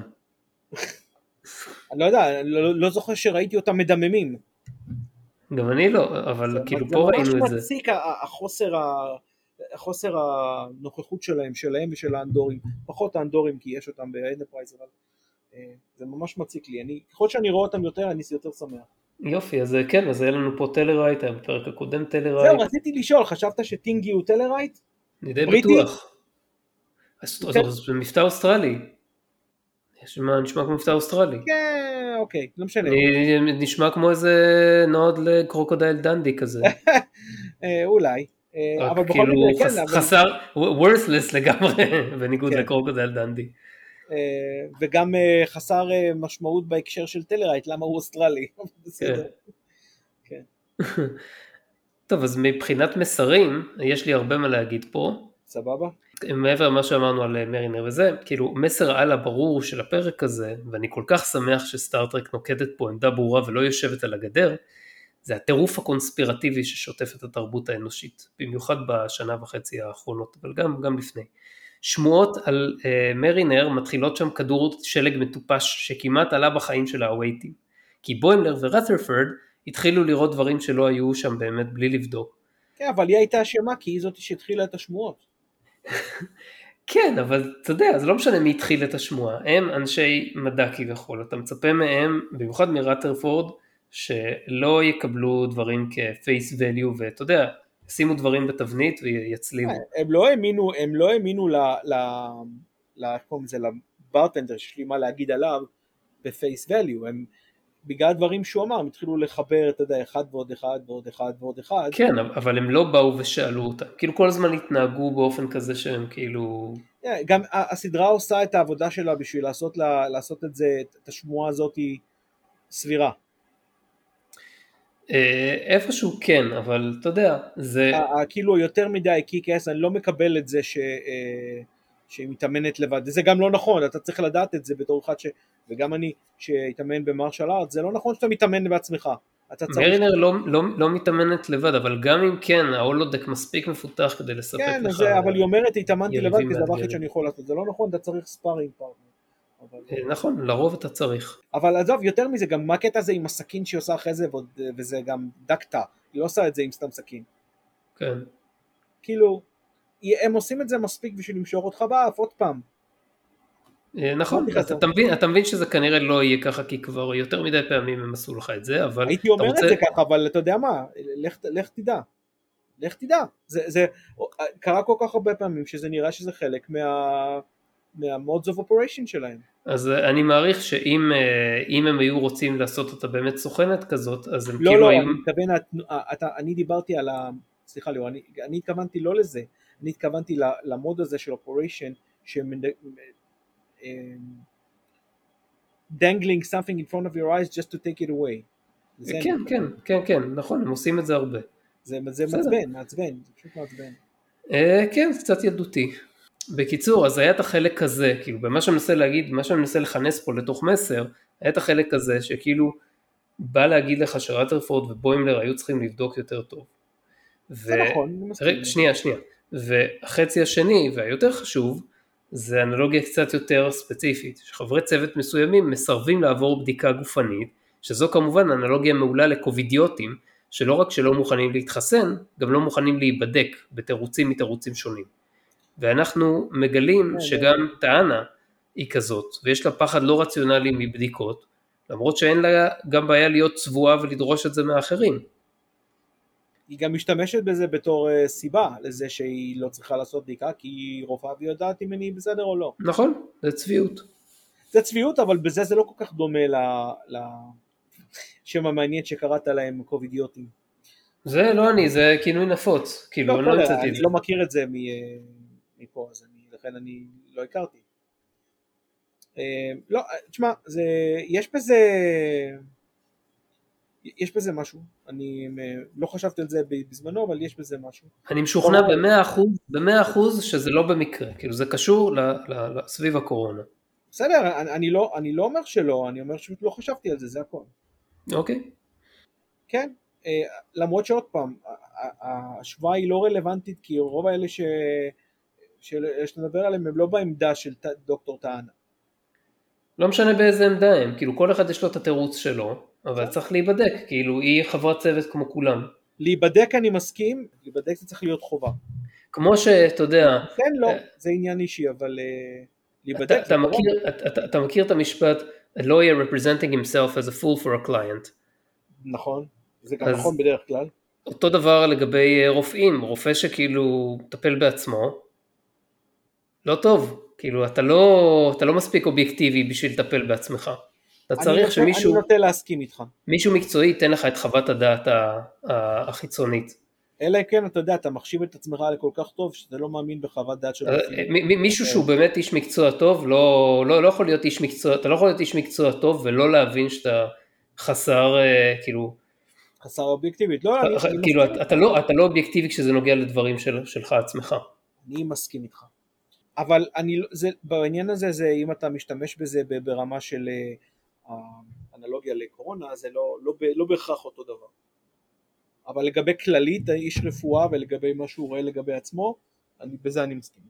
אני לא יודע, לא, לא זוכר שראיתי אותם מדממים. גם אני לא, אבל זה, כאילו זה פה ראינו את זה. זה ממש מציק החוסר, החוסר הנוכחות שלהם, שלהם ושל האנדורים. פחות האנדורים כי יש אותם באנטרפרייז, אבל זה ממש מציק לי. אני, ככל שאני רואה אותם יותר, אני יותר שמח. יופי, אז כן, אז היה לנו פה טלרייט, היה בפרק הקודם טלרייט. זהו, רציתי לשאול, חשבת שטינגי הוא טלרייט? אני די בטוח. זה מבטא אוסטרלי. נשמע כמו מבטא אוסטרלי. כן, אוקיי, לא משנה. נשמע כמו איזה נועד לקרוקודייל דנדי כזה. אולי. אבל בכל מקרה, כן. חסר, worthless לגמרי, בניגוד לקרוקודייל דנדי. וגם חסר משמעות בהקשר של טלרייט, למה הוא אוסטרלי. בסדר. כן. טוב, אז מבחינת מסרים, יש לי הרבה מה להגיד פה. סבבה. מעבר למה שאמרנו על מרינר וזה, כאילו מסר על הברור של הפרק הזה, ואני כל כך שמח שסטארטרק נוקדת פה עמדה ברורה ולא יושבת על הגדר, זה הטירוף הקונספירטיבי ששוטף את התרבות האנושית, במיוחד בשנה וחצי האחרונות, אבל גם, גם לפני. שמועות על uh, מרינר מתחילות שם כדור שלג מטופש שכמעט עלה בחיים של האווייטים, כי בוימלר ורת'רפורד התחילו לראות דברים שלא היו שם באמת בלי לבדוק. כן, אבל היא הייתה אשמה כי היא זאת שהתחילה את השמועות. כן, אבל אתה יודע, זה לא משנה מי התחיל את השמועה, הם אנשי מדע כביכול, אתה מצפה מהם, במיוחד מרת'רפורד, שלא יקבלו דברים כפייס ואליו, ואתה יודע, שימו דברים בתבנית ויצליבו. הם לא האמינו, הם לא האמינו ל... ל... ל... זה, לברטנדר שיש לי מה להגיד עליו בפייס ואליו, הם בגלל הדברים שהוא אמר, הם התחילו לחבר, אתה יודע, אחד ועוד אחד ועוד אחד ועוד אחד. כן, אבל הם לא באו ושאלו אותם, כאילו כל הזמן התנהגו באופן כזה שהם כאילו... גם הסדרה עושה את העבודה שלה בשביל לעשות, לעשות את זה, את השמועה הזאת היא סבירה. איפשהו כן, אבל אתה יודע, זה... כאילו יותר מדי קיקס, אני לא מקבל את זה ש... שהיא מתאמנת לבד, זה גם לא נכון, אתה צריך לדעת את זה בתור אחד ש... וגם אני שהתאמן במרשל ארט, זה לא נכון שאתה מתאמן בעצמך. מרינר לא, לא, לא מתאמנת לבד, אבל גם אם כן, ההולודק מספיק מפותח כדי לספק כן, לך... כן, אבל היא אומרת, התאמנתי לבד, כי זה דבר אחת שאני יכול לעשות, זה לא נכון, אתה צריך ספארינג פארטנר. אבל... נכון, לרוב אתה צריך. אבל עזוב, יותר מזה, גם מה הקטע הזה עם הסכין שהיא עושה אחרי זה, וזה גם דקטה, היא לא עושה את זה עם סתם סכין. כן. כאילו, הם עושים את זה מספיק בשביל למשוך אותך באף, עוד פעם. נכון, אתה מבין, אתה מבין שזה כנראה לא יהיה ככה, כי כבר יותר מדי פעמים הם עשו לך את זה, אבל... הייתי אומר את זה ככה, אבל אתה יודע מה, לך תדע, לך תדע, זה קרה כל כך הרבה פעמים, שזה נראה שזה חלק מה-modes of operation שלהם. אז אני מעריך שאם הם היו רוצים לעשות אותה באמת סוכנת כזאת, אז הם כאילו היו... לא, היו... לא, אני מתכוון, אני דיברתי על ה... סליחה לי, אני התכוונתי לא לזה, אני התכוונתי למוד הזה של operation, שהם... dangling something in front of your eyes just to take it away. כן, כן, כן, כן, נכון, הם עושים את זה הרבה. זה מעצבן, מעצבן, זה פשוט מעצבן. כן, זה קצת ידותי. בקיצור, אז היה את החלק הזה, כאילו, במה שאני מנסה להגיד, מה שאני מנסה לכנס פה לתוך מסר, היה את החלק הזה שכאילו בא להגיד לך שרת'רפורד ובוימלר היו צריכים לבדוק יותר טוב. זה נכון, אני מסכים. שנייה, שנייה. והחצי השני, והיותר חשוב, זה אנלוגיה קצת יותר ספציפית, שחברי צוות מסוימים מסרבים לעבור בדיקה גופנית, שזו כמובן אנלוגיה מעולה לקובידיוטים, שלא רק שלא מוכנים להתחסן, גם לא מוכנים להיבדק בתירוצים מתירוצים שונים. ואנחנו מגלים שגם טענה היא כזאת, ויש לה פחד לא רציונלי מבדיקות, למרות שאין לה גם בעיה להיות צבועה ולדרוש את זה מאחרים. היא גם משתמשת בזה בתור uh, סיבה לזה שהיא לא צריכה לעשות בדיקה, כי היא רופאה ויודעת אם אני בסדר או לא. נכון, זה צביעות. זה צביעות, אבל בזה זה לא כל כך דומה לשם המעניין שקראת להם קובידיוטים. זה לא אני, זה כינוי נפוץ. כאילו, לא, לא, אני לא מכיר את זה מפה, אז אני, לכן אני לא הכרתי. לא, תשמע, זה, יש בזה... יש בזה משהו, אני לא חשבתי על זה בזמנו, אבל יש בזה משהו. אני משוכנע במאה אחוז, במאה אחוז שזה לא במקרה, כאילו זה קשור לסביב הקורונה. בסדר, אני לא, אני לא אומר שלא, אני אומר שפשוט לא חשבתי על זה, זה הכל. אוקיי. כן, למרות שעוד פעם, ההשוואה היא לא רלוונטית, כי רוב האלה ש... שנדבר עליהם הם לא בעמדה של דוקטור טענה. לא משנה באיזה עמדה הם, כאילו כל אחד יש לו את התירוץ שלו, אבל צריך להיבדק, כאילו היא חברת צוות כמו כולם. להיבדק אני מסכים, להיבדק זה צריך להיות חובה. כמו שאתה יודע... כן, לא, זה עניין אישי, אבל להיבדק זה חובה. אתה מכיר את המשפט, a lawyer representing himself as a fool for a client. נכון, זה גם נכון בדרך כלל. אותו דבר לגבי רופאים, רופא שכאילו טפל בעצמו, לא טוב. כאילו, אתה לא, אתה לא מספיק אובייקטיבי בשביל לטפל בעצמך. אתה צריך שמישהו... אני נוטה להסכים איתך. מישהו מקצועי ייתן לך את חוות הדעת החיצונית. אלא כן, אתה יודע, אתה מחשיב את עצמך לכל כך טוב, שאתה לא מאמין בחוות דעת של... מישהו שהוא באמת איש מקצוע טוב, לא, לא, לא יכול להיות איש מקצוע, אתה לא יכול להיות איש מקצוע טוב, ולא להבין שאתה חסר, כאילו... חסר אובייקטיבית. לא, כאילו, אתה לא, אתה לא אובייקטיבי כשזה נוגע לדברים שלך עצמך. אני מסכים איתך. אבל אני, זה, בעניין הזה, זה, אם אתה משתמש בזה ברמה של האנלוגיה לקורונה, זה לא, לא, לא בהכרח אותו דבר. אבל לגבי כללית, איש רפואה, ולגבי מה שהוא רואה לגבי עצמו, אני, בזה אני מסכים.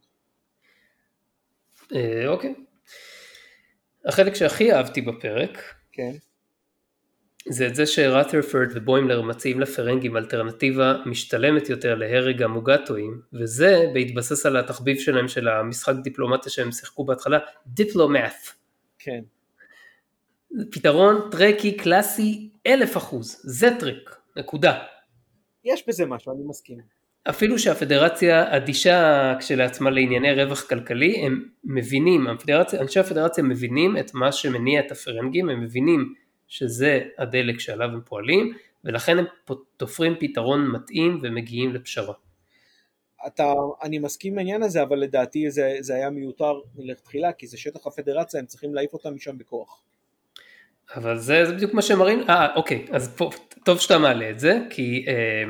אוקיי. החלק שהכי אהבתי בפרק, כן. זה את זה שרת'רפורד ובוימלר מציעים לפרנגים אלטרנטיבה משתלמת יותר להרג המוגטואים, וזה בהתבסס על התחביב שלהם של המשחק דיפלומטיה שהם שיחקו בהתחלה, דיפלומאת'. כן. פתרון טרקי קלאסי אלף אחוז, זה טריק, נקודה. יש בזה משהו, אני מסכים. אפילו שהפדרציה אדישה כשלעצמה לענייני רווח כלכלי, הם מבינים, הפדרציה, אנשי הפדרציה מבינים את מה שמניע את הפרנגים, הם מבינים שזה הדלק שעליו הם פועלים, ולכן הם תופרים פתרון מתאים ומגיעים לפשרה. אתה, אני מסכים בעניין הזה, אבל לדעתי זה, זה היה מיותר מלכתחילה, כי זה שטח הפדרציה, הם צריכים להעיף אותם משם בכוח. אבל זה, זה בדיוק מה שהם מראים, אה, אוקיי, אז פה, טוב שאתה מעלה את זה, כי אה,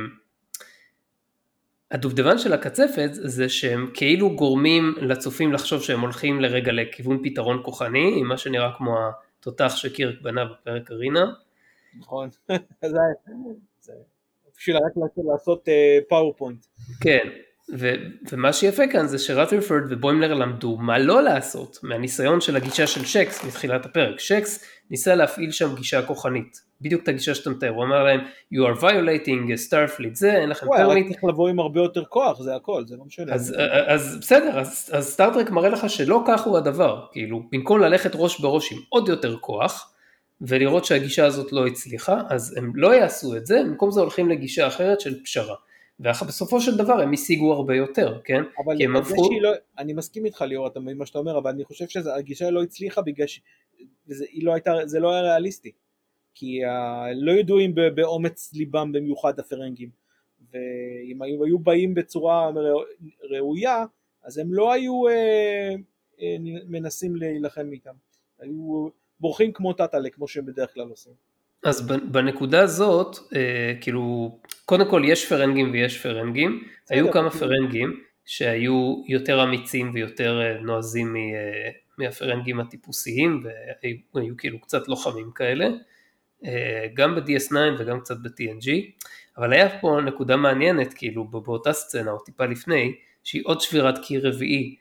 הדובדבן של הקצפת זה שהם כאילו גורמים לצופים לחשוב שהם הולכים לרגע לכיוון פתרון כוחני, עם מה שנראה כמו התותח שקירק בנה בפרק ארינה. נכון, זה בשביל רק לעשות פאורפוינט. כן, ו- ומה שיפה כאן זה שרת'רפורד ובוימלר למדו מה לא לעשות, מהניסיון של הגישה של שקס מתחילת הפרק. שקס ניסה להפעיל שם גישה כוחנית, בדיוק את הגישה שאתה מתאר, הוא אמר להם, you are violating Starfleet, זה, אין לכם פרמיט. וואי, רק צריך לבוא עם הרבה יותר כוח, זה הכל, זה לא משנה. אז, אז בסדר, אז, אז סטארטרק מראה לך שלא כך הוא הדבר, כאילו, במקום ללכת ראש בראש עם עוד יותר כוח, ולראות שהגישה הזאת לא הצליחה, אז הם לא יעשו את זה, במקום זה הולכים לגישה אחרת של פשרה. ובסופו של דבר הם השיגו הרבה יותר, כן? אבל כי הם הפכו... לא, אני מסכים איתך ליאור, אתה מבין מה שאתה אומר, אבל אני חושב שהגישה לא הצליחה בגלל שזה לא, הייתה, זה לא היה ריאליסטי, כי uh, לא ידועים באומץ ליבם במיוחד הפרנגים, ואם היו, היו באים בצורה ראויה, אז הם לא היו uh, uh, מנסים להילחם איתם, היו בורחים כמו טאטלה, כמו שהם בדרך כלל עושים. אז בנקודה הזאת, אה, כאילו, קודם כל יש פרנגים ויש פרנגים, היו כמה פרנגים שהיו יותר אמיצים ויותר נועזים מהפרנגים הטיפוסיים, והיו כאילו קצת לוחמים כאלה, אה, גם ב-די אס ניין וגם קצת ב-טי אן ג'י, אבל היה פה נקודה מעניינת, כאילו, באותה סצנה, או טיפה לפני, שהיא עוד שבירת קיר רביעי,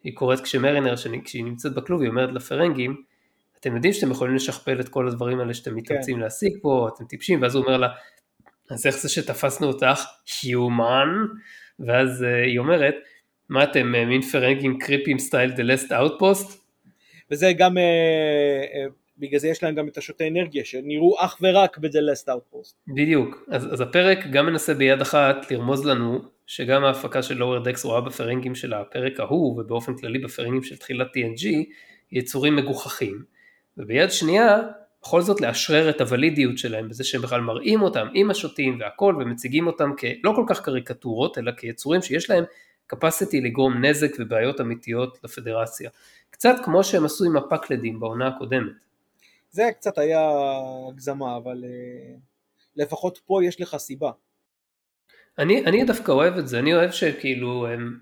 היא קוראת כשמרינר, כשהיא נמצאת בכלוב, היא אומרת לפרנגים, אתם יודעים שאתם יכולים לשכפל את כל הדברים האלה שאתם מתאמצים כן. להשיג פה, אתם טיפשים, ואז הוא אומר לה, אז איך זה שתפסנו אותך, human, ואז uh, היא אומרת, מה אתם, uh, מין פרנגים קריפים סטייל The Last Outpost? וזה גם, uh, uh, בגלל זה יש להם גם את השוטי אנרגיה, שנראו אך ורק ב-The Last Outpost. בדיוק, אז, אז הפרק גם מנסה ביד אחת לרמוז לנו, שגם ההפקה של לואוור דקס רואה בפרנגים של הפרק ההוא, ובאופן כללי בפרנגים של תחילת טי אן ג'י, יצורים מגוחכים, וביד שנייה, בכל זאת לאשרר את הוולידיות שלהם, בזה שהם בכלל מראים אותם עם השוטים והכל, ומציגים אותם כלא כל כך קריקטורות, אלא כיצורים שיש להם capacity לגרום נזק ובעיות אמיתיות לפדרציה. קצת כמו שהם עשו עם הפקלדים בעונה הקודמת. זה קצת היה הגזמה, אבל לפחות פה יש לך סיבה. אני, אני דווקא אוהב את זה, אני אוהב שכאילו הם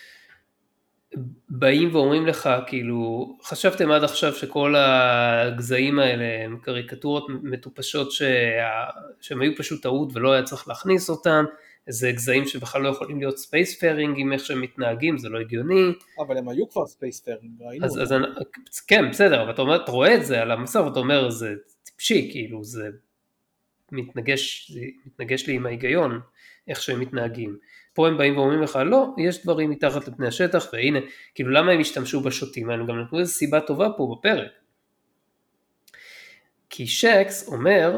באים ואומרים לך, כאילו, חשבתם עד עכשיו שכל הגזעים האלה הם קריקטורות מטופשות שה... שהם היו פשוט טעות ולא היה צריך להכניס אותם, זה גזעים שבכלל לא יכולים להיות ספייס פיירינג עם איך שהם מתנהגים, זה לא הגיוני. אבל הם היו כבר ספייס פיירינג, ראינו. אז, אז אני, כן, בסדר, אבל אתה, אומר, אתה רואה את זה על המסך, ואתה אומר, זה טיפשי, כאילו, זה מתנגש, זה מתנגש לי עם ההיגיון, איך שהם מתנהגים. פה הם באים ואומרים לך, לא, יש דברים מתחת לפני השטח, והנה, כאילו, למה הם השתמשו בשוטים? הם גם נתנו איזו סיבה טובה פה בפרק. כי שקס אומר,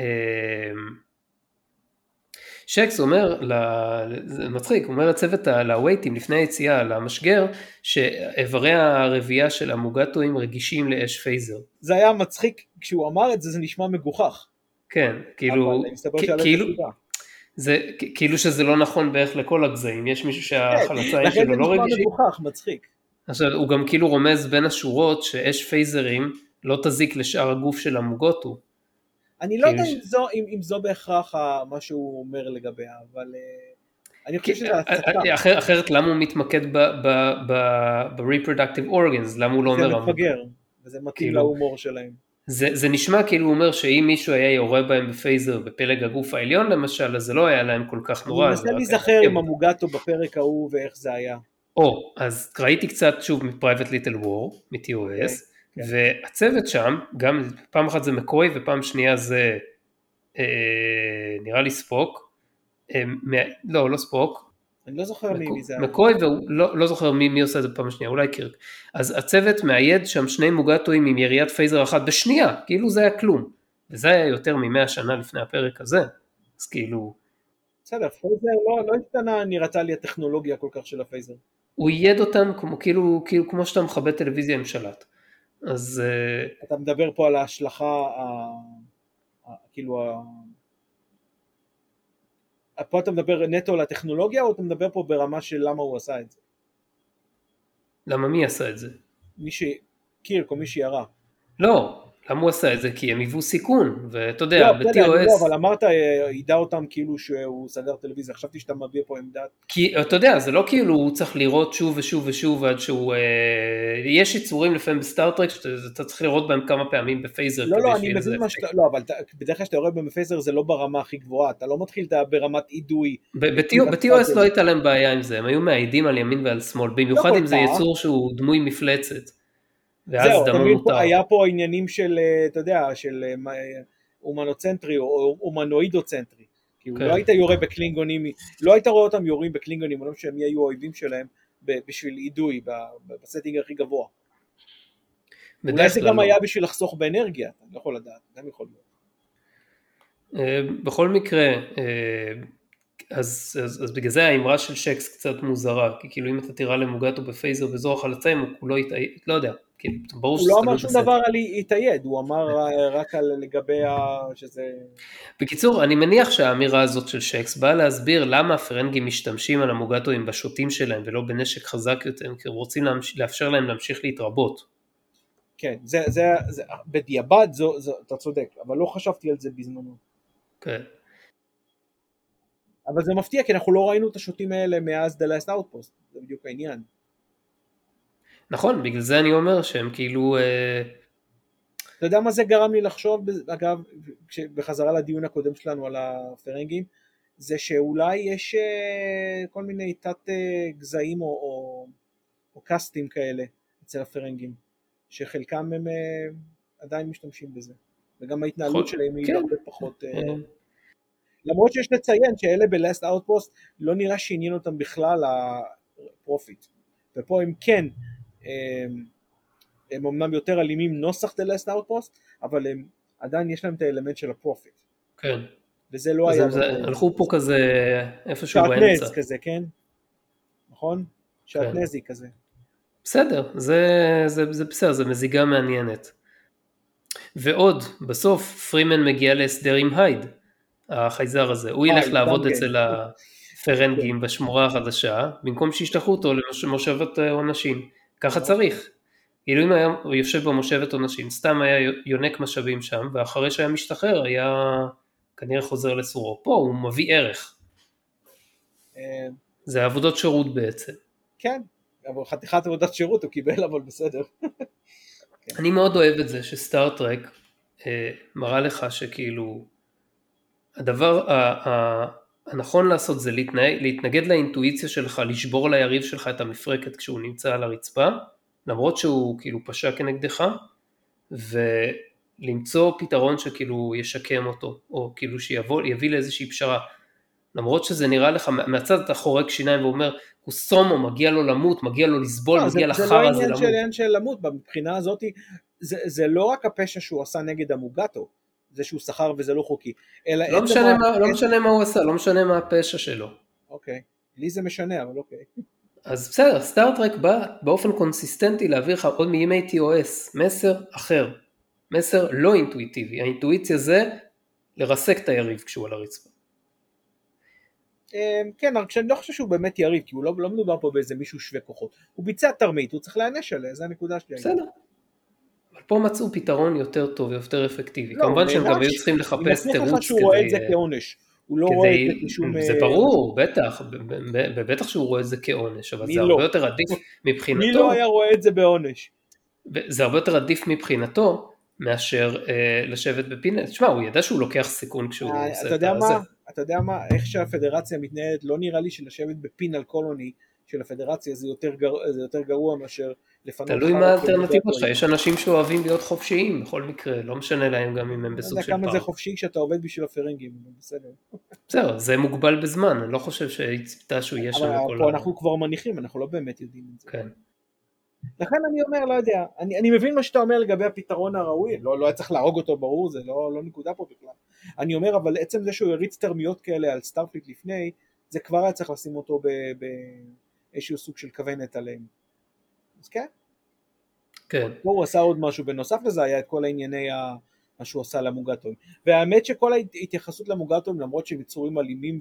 שקס אומר, זה מצחיק, הוא אומר לצוות לווייטים לפני היציאה, למשגר, שאיברי הרבייה של המוגטואים רגישים לאש פייזר. זה היה מצחיק, כשהוא אמר את זה, זה נשמע מגוחך. כן, כאילו, כאילו, זה כאילו שזה לא נכון בערך לכל הגזעים, יש מישהו שהחלצה שלו לא רגישים. לכן זה נשמע מגוחך, מצחיק. עכשיו, הוא גם כאילו רומז בין השורות, שאש פייזרים לא תזיק לשאר הגוף של המוגוטו. אני לא יודע אם זו, אם, אם זו בהכרח מה שהוא אומר לגביה, אבל אני חושב שזה הצטה. אחר, אחרת למה הוא מתמקד ב-reproductive organs? למה הוא לא אומר? זה מפגר, וזה מתאים להומור שלהם. זה, זה נשמע כאילו הוא אומר שאם מישהו היה יורה בהם בפייזר בפלג הגוף העליון למשל, אז זה לא היה להם כל כך נורא. אני מנסה להיזכר עם המוגטו בפרק ההוא ואיך זה היה. או, אז ראיתי קצת שוב מ-Private Little War, מ-טי או אס, Okay. והצוות שם, גם פעם אחת זה מקוי ופעם שנייה זה אה, נראה לי ספוק, אה, מ... לא, לא ספוק, אני לא זוכר מק... מי זה. מקוי ולא לא זוכר מי, מי עושה את זה פעם שנייה, אולי קירק. אז הצוות מאייד שם שני מוגטואים עם יריית פייזר אחת בשנייה, כאילו זה היה כלום, וזה היה יותר ממאה שנה לפני הפרק הזה, אז כאילו... בסדר, פייזר לא, לא השתנה נראתה לי הטכנולוגיה כל כך של הפייזר. הוא ייד אותם כמו, כאילו, כאילו, כמו שאתה מכבה טלוויזיה עם שלט. אז אתה מדבר פה על ההשלכה, כאילו, פה אתה מדבר נטו על הטכנולוגיה, או אתה מדבר פה ברמה של למה הוא עשה את זה? למה מי עשה את זה? מי שקירק או מי שירה. לא, למה הוא עשה את זה? כי הם היוו סיכון, ואתה יודע, ב-טי או אס... לא, אבל אמרת, ידע אותם כאילו שהוא סגר טלוויזיה, חשבתי שאתה מביא פה עמדת. כי, אתה יודע, זה לא כאילו הוא צריך לראות שוב ושוב ושוב, עד שהוא... יש יצורים לפעמים בסטארטרק, שאתה צריך לראות בהם כמה פעמים בפייזר. לא, לא, אני מבין מה שאתה... לא, אבל בדרך כלל שאתה רואה בהם בפייזר, זה לא ברמה הכי גבוהה, אתה לא מתחיל ברמת אידוי. ב-טי או אס לא הייתה להם בעיה עם זה, הם היו מעידים על ימין ועל שמאל, במיוחד אם זה יצור שהוא דמוי מפלצת. זהו, תמיד פה, היה פה עניינים של, אתה יודע, של אומנוצנטרי או אומנואידוצנטרי, כי הוא לא היית יורה בקלינגונים, לא היית רואה אותם יורים בקלינגונים, לא שהם יהיו האויבים שלהם בשביל אידוי, בסטינג הכי גבוה. אולי זה גם היה בשביל לחסוך באנרגיה, אתה לא יכול לדעת, גם יכול להיות. בכל מקרה, אז, אז, אז בגלל זה האמרה של שקס קצת מוזרה, כי כאילו אם אתה תירה למוגטו בפייזר וזור החלצה, הוא לא יתאייד, לא יודע, כאילו, ברור הוא לא אמר שום דבר על להתאייד, הוא אמר רק על לגבי שזה... בקיצור, אני מניח שהאמירה הזאת של שקס באה להסביר למה הפרנגים משתמשים על המוגטואים בשוטים שלהם, ולא בנשק חזק יותר, כי הם רוצים לאפשר להם להמשיך להתרבות. כן, זה, זה, זה, בדיעבד זו, זו, אתה צודק, אבל לא חשבתי על זה בזמנו. כן. אבל זה מפתיע, כי אנחנו לא ראינו את השוטים האלה מאז The Last Outpost, זה בדיוק העניין. נכון, בגלל זה אני אומר שהם כאילו... אתה יודע מה זה גרם לי לחשוב, אגב, בחזרה לדיון הקודם שלנו על הפרנגים, זה שאולי יש כל מיני תת גזעים או, או, או קאסטים כאלה אצל הפרנגים, שחלקם הם עדיין משתמשים בזה, וגם ההתנהלות שלהם היא הרבה פחות, למרות שיש לציין שאלה ב-Last Outpost לא נראה שעניין אותם בכלל הפרופיט, ופה הם כן, הם אמנם יותר אלימים נוסח את ה-Last Outpost, אבל הם עדיין יש להם את האלמנט של הפרופיט. כן. וזה לא היה... הלכו פה כזה איפשהו באמצע. שעטנז כזה, כן? נכון? שעטנזי כזה. בסדר, זה, זה, זה בסדר, זה מזיגה מעניינת. ועוד, בסוף פרימן מגיע להסדר עם הייד, החייזר הזה. הוא ילך לעבוד אצל הפרנגים בשמורה החדשה, במקום שישלחו אותו למושבת עונשים. ככה צריך. כאילו אם היה, הוא יושב במושבת עונשים, סתם היה יונק משאבים שם, ואחרי שהיה משתחרר, היה כנראה חוזר לסורו. פה הוא מביא ערך. זה עבודות שירות בעצם. כן, אבל חתיכת עבודת שירות הוא קיבל, אבל בסדר. אני מאוד אוהב את זה, שסטארטרק מראה לך שכאילו, הדבר הנכון לעשות זה להתנגד לאינטואיציה שלך, לשבור ליריב שלך את המפרקת כשהוא נמצא על הרצפה, למרות שהוא כאילו פשע כנגדך, ולמצוא פתרון שכאילו ישקם אותו, או כאילו שיביא לאיזושהי פשרה, למרות שזה נראה לך, מהצד אתה חורק שיניים ואומר, הוא סומו, מגיע לו למות, מגיע לו לסבול, לא, מגיע זה, לחר הזה למות. זה למות. לא עניין של למות, מבחינה הזאת, זה, זה לא רק הפשע שהוא עשה נגד המוגטו, זה שהוא שכר וזה לא חוקי, אלא... לא משנה, מה, לא משנה מה הוא עשה, לא משנה מה הפשע שלו. אוקיי, לי זה משנה, אבל אוקיי. אז בסדר, סטארטרק בא באופן קונסיסטנטי להעביר לך עוד מימי טי או אס, מסר אחר, מסר לא אינטואיטיבי, האינטואיציה זה לרסק את היריב כשהוא על הרצפה. כן, רק שאני לא חושב שהוא באמת יריב, כי הוא לא, לא מדובר פה באיזה מישהו שווה כוחות, הוא ביצע תרמית, הוא צריך להענש עליה, זה הנקודה שלי. בסדר, אבל פה מצאו פתרון יותר טוב ויותר אפקטיבי, לא, כמובן שהם גם היו צריכים לחפש תירוץ שהוא רואה את זה כעונש, הוא לא רואה את זה כשום... זה ברור, בטח, בטח שהוא רואה את זה כעונש, אבל זה הרבה יותר עדיף מבחינתו. מי לא היה רואה את זה בעונש? זה הרבה יותר עדיף מבחינתו, מאשר לשבת בפינה, תשמע, הוא ידע שהוא לוקח סיכון כשהוא עושה את זה. אתה יודע מה, איך שהפדרציה מתנהלת, לא נראה לי שלשבת בפינל קולוני של הפדרציה זה יותר גרוע, זה יותר גרוע מאשר לפנות... תלוי מה האלטרנטיבות שלך, יש אנשים שאוהבים להיות חופשיים, בכל מקרה, לא משנה להם גם אם הם בסוג של פעם. כמה זה חופשי כשאתה עובד בשביל הפרנגים, בסדר. בסדר, זה מוגבל בזמן, אני לא חושב שהצפתה שהוא יהיה שם לכל... אבל פה אנחנו כבר מניחים, אנחנו לא באמת יודעים את זה. כן. לכן אני אומר, לא יודע, אני, אני מבין מה שאתה אומר לגבי הפתרון הראוי, לא, לא היה צריך להרוג אותו, ברור, זה לא, לא נקודה פה בכלל. אני אומר, אבל עצם זה שהוא הריץ תרמיות כאלה על סטארפליט לפני, זה כבר היה צריך לשים אותו באיזשהו סוג של כוונת עליהם. אז כן. כן. פה הוא עשה עוד משהו, בנוסף לזה היה את כל הענייני ה... מה שהוא עשה למוגטוים. והאמת שכל ההתייחסות למוגטוים, למרות שהם יצורים אלימים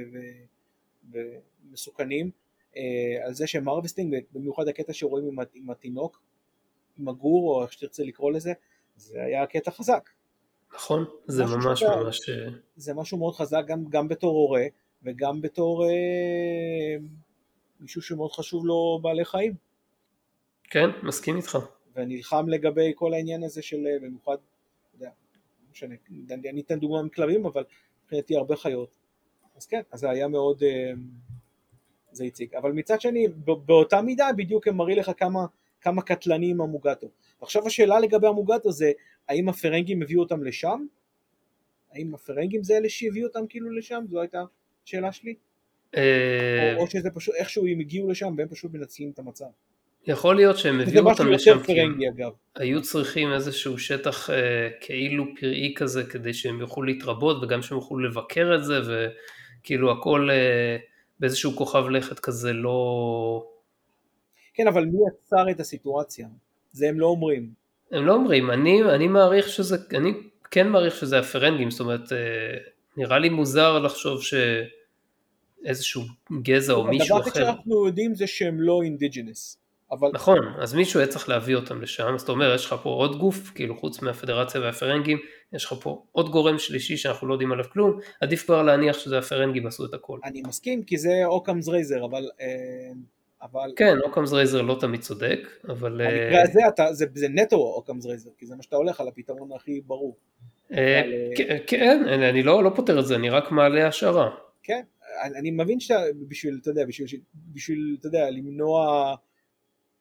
ומסוכנים, על זה שהם הרווסטינג, במיוחד הקטע שרואים עם, עם התינוק, עם הגור, או איך שתרצה לקרוא לזה, זה היה קטע חזק. נכון, זה ממש שאתה, ממש... זה משהו מאוד חזק, גם, גם בתור הורה, וגם בתור אה, מישהו שמאוד חשוב לו בעלי חיים. כן, מסכים איתך. ונלחם לגבי כל העניין הזה של, במיוחד, יודע, לא משנה, אני אתן דוגמה עם כלבים, אבל מבחינתי הרבה חיות. אז כן, אז זה היה מאוד... אה, זה הציג, אבל מצד שני, באותה מידה בדיוק הם מראים לך כמה, כמה קטלנים המוגטו. עכשיו השאלה לגבי המוגטו זה, האם הפרנגים הביאו אותם לשם? האם הפרנגים זה אלה שהביאו אותם כאילו לשם? זו הייתה שאלה שלי? או, או שזה פשוט, איכשהו הם הגיעו לשם, והם פשוט מנצלים את המצב. יכול להיות שהם הביאו אותם לשם, כי אגב. היו צריכים איזשהו שטח אה, כאילו פראי כזה, כדי שהם יוכלו להתרבות, וגם שהם יוכלו לבקר את זה, וכאילו הכל... אה, באיזשהו כוכב לכת כזה לא... כן, אבל מי יצר את הסיטואציה? זה הם לא אומרים. הם לא אומרים, אני, אני מעריך שזה, אני כן מעריך שזה הפרנגים, זאת אומרת, נראה לי מוזר לחשוב שאיזשהו גזע או מישהו אחר... הדבר שאנחנו יודעים זה שהם לא אינדיג'נס. אבל... נכון, אז מישהו היה צריך להביא אותם לשם, אז אתה אומר, יש לך פה עוד גוף, כאילו חוץ מהפדרציה והפרנגים, יש לך פה עוד גורם שלישי שאנחנו לא יודעים עליו כלום, עדיף כבר להניח שזה הפרנגים עשו את הכל. אני מסכים, כי זה אוקאמס רייזר, אבל... אבל... כן, אוקאמס רייזר לא תמיד צודק, אבל... במקרה הזה אתה, זה, זה נטו אוקאמס רייזר, כי זה מה שאתה הולך על הפתרון הכי ברור. כן, אני לא, לא פותר את זה, אני רק מעלה השערה. כן, אני מבין שאתה, בשביל, אתה יודע, בשביל, בשביל, אתה יודע, למנוע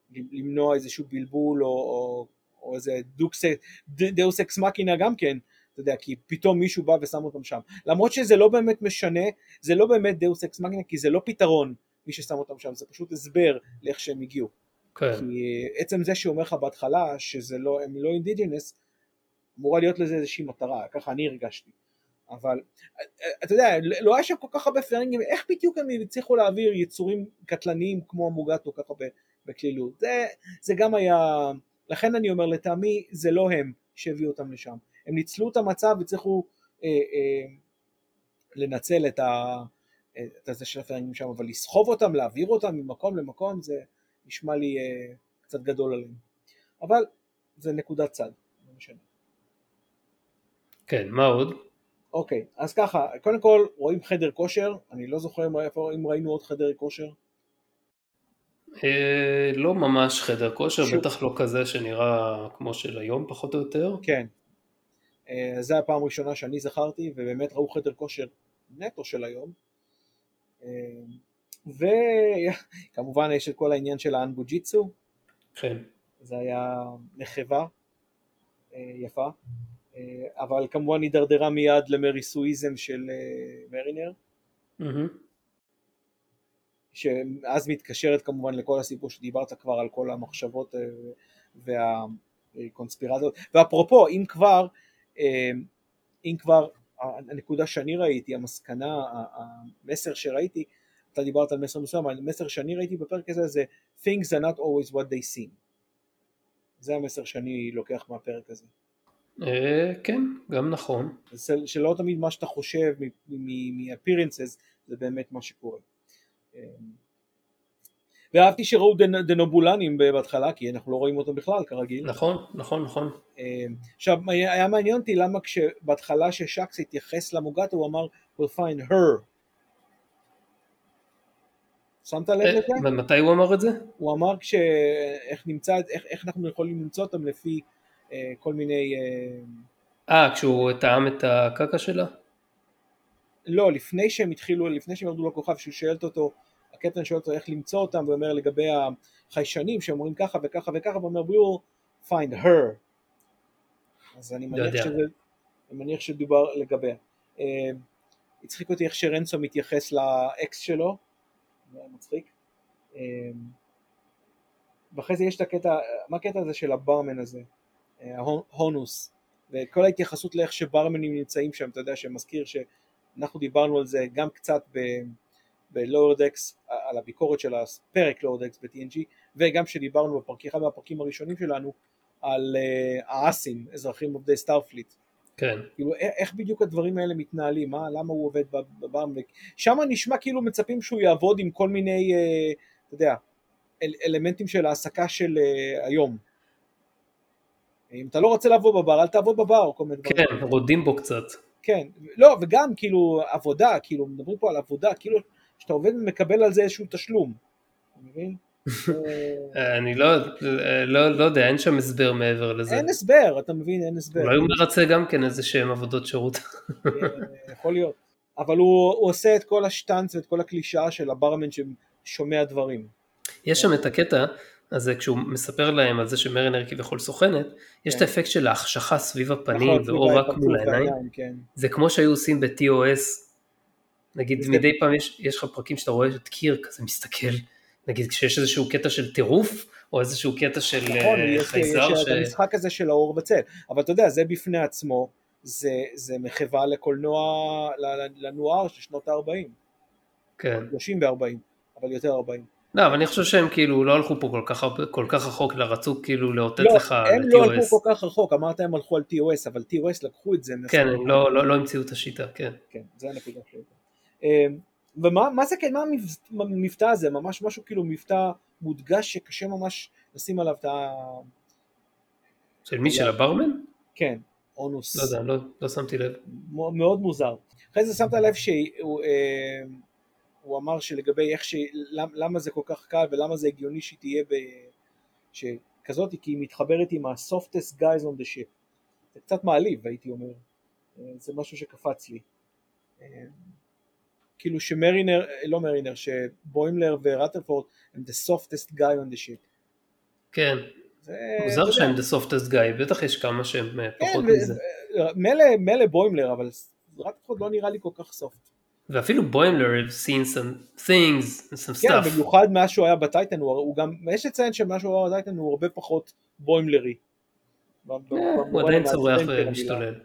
למנוע איזשהו בלבול או, או, או איזה דאוס אקס מאקינה גם כן, אתה יודע, כי פתאום מישהו בא ושם אותם שם, למרות שזה לא באמת משנה, זה לא באמת דאוס אקס מאקינה, כי זה לא פתרון מי ששם אותם שם, זה פשוט הסבר לאיך שהם הגיעו, כן. כי עצם זה שאומר לך בהתחלה שזה לא, הם לא אינדיג'נס, אמורה להיות לזה איזושהי מטרה, ככה אני הרגשתי, אבל אתה יודע, לא היה שם כל כך הרבה פלרינגים, איך בדיוק הם הצליחו להעביר יצורים קטלניים כמו המוגטו ככה בכלילות, זה, זה גם היה, לכן אני אומר לטעמי, זה לא הם שהביאו אותם לשם, הם ניצלו את המצב וצריכו אה, אה, לנצל את, ה, את הזה של הפלרינגים שם, אבל לסחוב אותם, להעביר אותם ממקום למקום, זה נשמע לי אה, קצת גדול עליהם, אבל זה נקודת צד, לא משנה. כן, מה עוד? אוקיי, אז ככה, קודם כל רואים חדר כושר, אני לא זוכר אם ראינו עוד חדר כושר. אה, לא ממש חדר כושר, ש... בטח לא כזה שנראה כמו של היום פחות או יותר. כן, אה, זה הפעם הראשונה שאני זכרתי, ובאמת ראו חדר כושר נטו של היום. אה, וכמובן יש את כל העניין של האנבוג'יצו. כן. זה היה מחווה אה, יפה. אבל כמובן הידרדרה מיד למריסואיזם של מרינר, mm-hmm. שאז מתקשרת כמובן לכל הסיפור שדיברת כבר על כל המחשבות והקונספירציות, ואפרופו אם כבר, אם כבר הנקודה שאני ראיתי, המסקנה, המסר שראיתי, אתה דיברת על מסר מסוים, המסר שאני ראיתי בפרק הזה זה things are not always what they seem, זה המסר שאני לוקח מהפרק הזה. כן, גם נכון. שלא תמיד מה שאתה חושב מ-appearances זה באמת מה שקורה. ואהבתי שראו דנובולנים בהתחלה, כי אנחנו לא רואים אותם בכלל כרגיל. נכון, נכון, נכון. עכשיו, היה מעניין אותי למה כשבהתחלה ששקס התייחס למוגטו, הוא אמר, we'll find her. שמת לב לזה? ומתי הוא אמר את זה? הוא אמר איך נמצא, איך אנחנו יכולים למצוא אותם לפי כל מיני... אה, כשהוא טעם את הקקה שלה? לא, לפני שהם התחילו, לפני שהם ירדו לכוכב, שהוא שואלת אותו, הקפטן שואל אותו איך למצוא אותם, ואומר לגבי החיישנים שאומרים ככה וככה וככה, ואומר, we'll find her. אז אני מניח שזה, אני מניח שדובר לגביה. הצחיק אותי איך שרנסו מתייחס לאקס שלו, זה מצחיק. ואחרי זה יש את הקטע, מה הקטע הזה של הברמן הזה? הונוס, וכל ההתייחסות לאיך שברמנים נמצאים שם, אתה יודע שמזכיר שאנחנו דיברנו על זה גם קצת בלואוור דקס, על הביקורת של הפרק לואוור דקס ב-טי אן ג'י, וגם שדיברנו בפרק אחד מהפרקים הראשונים שלנו על האסים, אזרחים עובדי סטארפליט. כן. כאילו, איך בדיוק הדברים האלה מתנהלים, מה, למה הוא עובד בברמן, שם נשמע כאילו מצפים שהוא יעבוד עם כל מיני, אתה יודע, אל, אלמנטים של העסקה של היום. אם אתה לא רוצה לעבוד בבר, אל תעבוד בבר, כל מיני דברים. כן, רודים בו קצת. כן, לא, וגם כאילו עבודה, כאילו מדברים פה על עבודה, כאילו שאתה עובד ומקבל על זה איזשהו תשלום. אתה מבין? אני לא, לא, לא יודע, אין שם הסבר מעבר לזה. אין הסבר, אתה מבין, אין הסבר. אולי הוא מרצה גם כן איזה שהם עבודות שירות. יכול להיות. אבל הוא, הוא עושה את כל השטנץ ואת כל הקלישאה של הברמן ששומע דברים. יש שם את הקטע, אז כשהוא מספר להם על זה שמרינר כביכול סוכנת, יש את האפקט של ההחשכה סביב הפנים, ואור רק מול העיניים. זה כמו שהיו עושים ב-טי או אס, נגיד מדי פעם יש לך פרקים שאתה רואה את קיר כזה מסתכל, נגיד כשיש איזשהו קטע של טירוף, או איזשהו קטע של חייזר. יש את המשחק הזה של האור בצל, אבל אתה יודע, זה בפני עצמו, זה מחווה לקולנוע, לנוער של שנות ה-ארבעים. כן. שלושים ו-ארבעים, אבל יותר ארבעים. לא, אבל אני חושב שהם כאילו לא הלכו פה כל כך, כל כך רחוק, אלא רצו כאילו לאותת לא, לך הם לא הלכו כל כך רחוק, אמרת הם הלכו על טי או אס, אבל טי או אס לקחו את זה. כן, הם לא, לא, לא המציאו את השיטה, כן. כן, זה הנקודה שלי. ומה מה זה כן, מה המבטא הזה? ממש משהו כאילו מבטא מודגש שקשה ממש לשים עליו את ה... של מי? של הברמן? כן, אונוס. לא יודע, לא, לא שמתי לב. מאוד מוזר. אחרי זה שמת לב שהוא... הוא אמר שלגבי איך ש... למה זה כל כך קל ולמה זה הגיוני שהיא תהיה ב... שכזאת, כי היא מתחברת עם ה-softest guys on the ship. זה קצת מעליב, הייתי אומר. זה משהו שקפץ לי. כאילו שמרינר, לא מרינר, שבוימלר ורטרפורד הם the softest guy on the ship. כן. מוזר שהם the softest guy, בטח יש כמה שהם פחות מזה. מלא בוימלר, אבל רק עוד לא נראה לי כל כך סופט. ואפילו בוימלר have seen some things, some stuff. כן, במיוחד מאז שהוא היה בטייטן, הוא גם, יש לציין שמאז שהוא היה בטייטן הוא הרבה פחות בוימלרי. הוא עדיין צורח ומשתולל.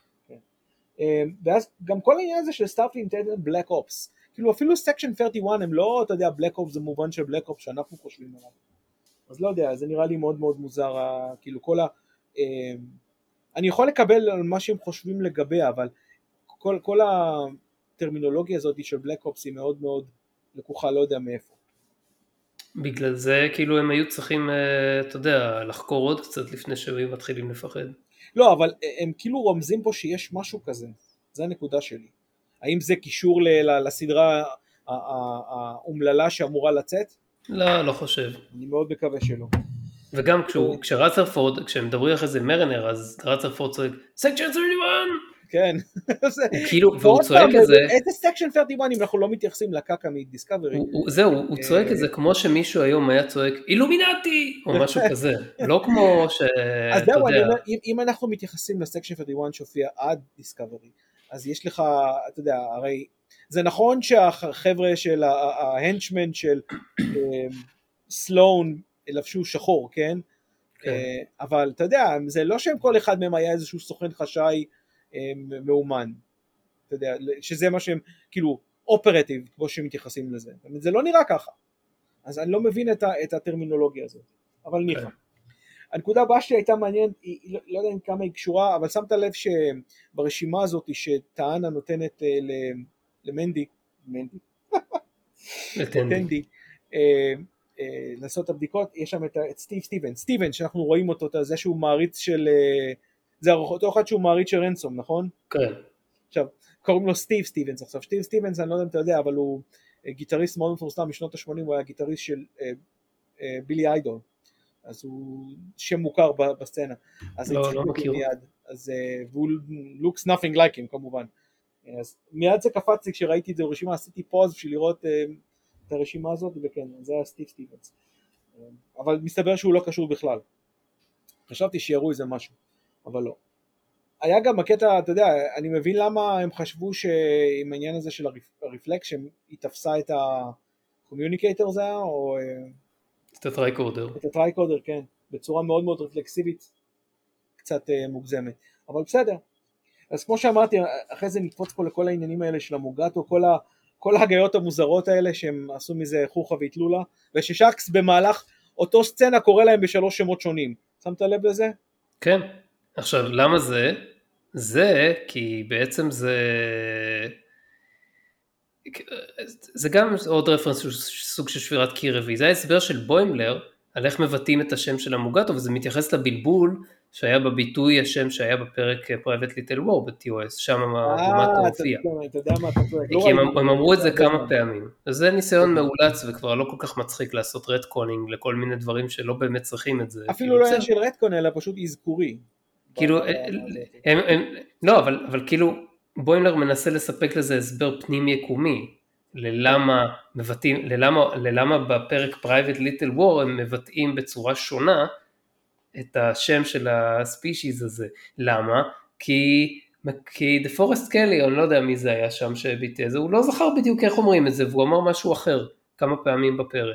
ואז גם כל העניין הזה של סטארפלינג בלק אופס, כאילו אפילו סקשן שלושים ואחת הם לא, אתה יודע, בלק אופס זה מובן של בלק אופס שאנחנו חושבים עליו. אז לא יודע, זה נראה לי מאוד מאוד מוזר, כאילו כל ה... אני יכול לקבל על מה שהם חושבים לגביה, אבל כל, כל הטרמינולוגיה הזאת של בלק אופס היא מאוד מאוד לקוחה, לא יודע מאיפה. בגלל זה כאילו הם היו צריכים, אתה יודע, לחקור עוד קצת לפני שהם מתחילים לפחד. לא, אבל הם כאילו רומזים פה שיש משהו כזה, זה הנקודה שלי. האם זה קישור לסדרה האומללה שאמורה לצאת? לא, לא חושב. אני מאוד מקווה שלא. וגם כשרצרפורד, כשהם מדברים אחרי זה מרנר, אז רצרפורד צועק, סקשן שלושים ואחת! כן. כאילו, והוא צועק את זה... איזה סקשן שלושים ואחת אם אנחנו לא מתייחסים לקקה מדיסקאברי? זהו, הוא צועק את זה כמו שמישהו היום היה צועק, אילומינטי! או משהו כזה. לא כמו ש... אז זהו, אני אומר, אם אנחנו מתייחסים לסקשן שלושים ואחת שהופיע עד דיסקאברי, אז יש לך, אתה יודע, הרי... זה נכון שהחבר'ה של ההנצ'מן של סלון לבשו שחור, כן? אבל אתה יודע, זה לא שהם כל אחד מהם היה איזשהו סוכן חשאי מאומן, אתה יודע, שזה מה שהם, כאילו, אופרטיב, כמו שהם מתייחסים לזה. זה לא נראה ככה. אז אני לא מבין את, ה, את הטרמינולוגיה הזאת, אבל ניחא. הנקודה הבאה שלי הייתה מעניינת, לא יודע אם כמה היא קשורה, אבל שמת לב שברשימה הזאת שטענה נותנת למנדי, מנדי, לטנדי, לעשות את הבדיקות, יש שם את סטיב סטיבן, סטיבן שאנחנו רואים אותו, זה שהוא מעריץ של, זה אותו אחד שהוא מעריץ של רנסום, נכון? כן. עכשיו, קוראים לו סטיב סטיבנס, עכשיו סטיב סטיבנס, אני לא יודע אם אתה יודע, אבל הוא גיטריסט מאוד מפורסם משנות ה-שמונים, הוא היה גיטריסט של בילי איידול, אז הוא שם מוכר בסצנה, אז לא, לא מכיר. מיד, אז, והוא looks nothing like him כמובן, אז מיד זה קפץ לי כשראיתי את זה ברשימה, עשיתי פוז בשביל לראות את הרשימה הזאת, וכן, זה היה סטיב סטיבנס, אבל מסתבר שהוא לא קשור בכלל, חשבתי שיראו איזה משהו, אבל לא. היה גם הקטע, אתה יודע, אני מבין למה הם חשבו שעם העניין הזה של הרפלקשן, היא תפסה את הקומיוניקטור זה, או... את הטרייקורדר. את הטרייקורדר, כן, בצורה מאוד מאוד רפלקסיבית, קצת מוגזמת, אבל בסדר. אז כמו שאמרתי, אחרי זה נקפוץ פה לכל העניינים האלה של המוגטו, כל, ה, כל ההגיות המוזרות האלה, שהם עשו מזה חוכה והתלולה, וששקס במהלך אותו סצנה קורא להם בשלוש שמות שונים. שמת לב לזה? כן. עכשיו, למה זה? זה כי בעצם זה... זה גם עוד רפרנס סוג של שבירת קיר רביעי, זה ההסבר של בוימלר על איך מבטאים את השם של המוגטו, וזה מתייחס לבלבול שהיה בביטוי השם שהיה בפרק Private Little War ב-טי או אס, שם המוגטו הופיע. כי הם אמרו את זה כמה פעמים, אז זה ניסיון מאולץ וכבר לא כל כך מצחיק לעשות רטקונינג לכל מיני דברים שלא באמת צריכים את זה. אפילו לא היה של רטקון אלא פשוט אזכורי. כאילו, לא, אבל כאילו בוימלר מנסה לספק לזה הסבר פנים יקומי, ללמה מבטאים, ללמה, ללמה בפרק Private Little War הם מבטאים בצורה שונה את השם של הספישיז הזה. למה? כי, כי The Forest Kelly, אני לא יודע מי זה היה שם שביטא זה, הוא לא זכר בדיוק איך אומרים את זה, והוא אמר משהו אחר כמה פעמים בפרק.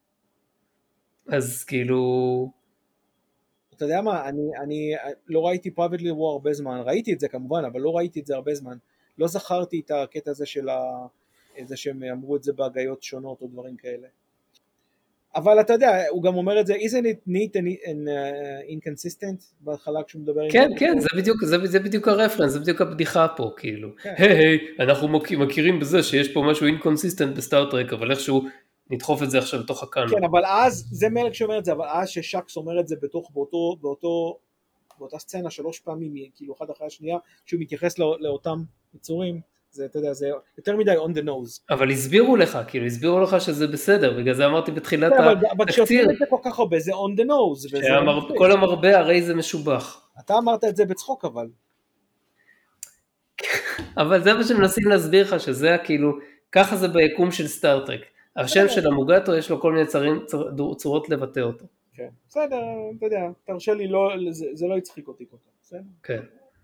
אז כאילו... אתה יודע מה, אני, אני לא ראיתי Private Little War הרבה זמן, ראיתי את זה כמובן, אבל לא ראיתי את זה הרבה זמן, לא זכרתי את הקטע הזה של ה... זה שהם אמרו את זה בהגיות שונות או דברים כאלה. אבל אתה יודע, הוא גם אומר את זה, isn't it neat and, and uh, inconsistent, בהתחלה כשהוא מדבר עם... כן, כן, זה בדיוק, זה, זה בדיוק הרפרנס, זה בדיוק הבדיחה פה, כאילו. היי, היי, אנחנו מכירים בזה שיש פה משהו inconsistent בסטארטרק, אבל איכשהו נדחוף את זה עכשיו לתוך הקאנון. כן, אבל אז, זה מלך שאומר את זה, אבל אז ששקס אומר את זה בתוך, באותו, באותו, באותה סצנה שלוש פעמים, כאילו אחד אחרי השנייה, שהוא מתייחס לא, לאותם יצורים, זה, אתה יודע, זה יותר מדי on the nose. אבל הסבירו לך, כאילו, הסבירו לך שזה בסדר, בגלל זה אמרתי בתחילת התקציר. אבל כשעושים את זה כל כך הרבה, זה on the nose. כל המרבה הרי זה משובח. אתה אמרת את זה בצחוק, אבל. אבל זה מה שמנסים להסביר לך, שזה כאילו, ככה זה ביקום של סטארטרק. השם של המוגטו יש לו כל מיני צורות לבטא אותו. כן, בסדר, אתה יודע, תרשה לי, לא, זה, זה לא יצחיק אותי כל כך, בסדר? כן.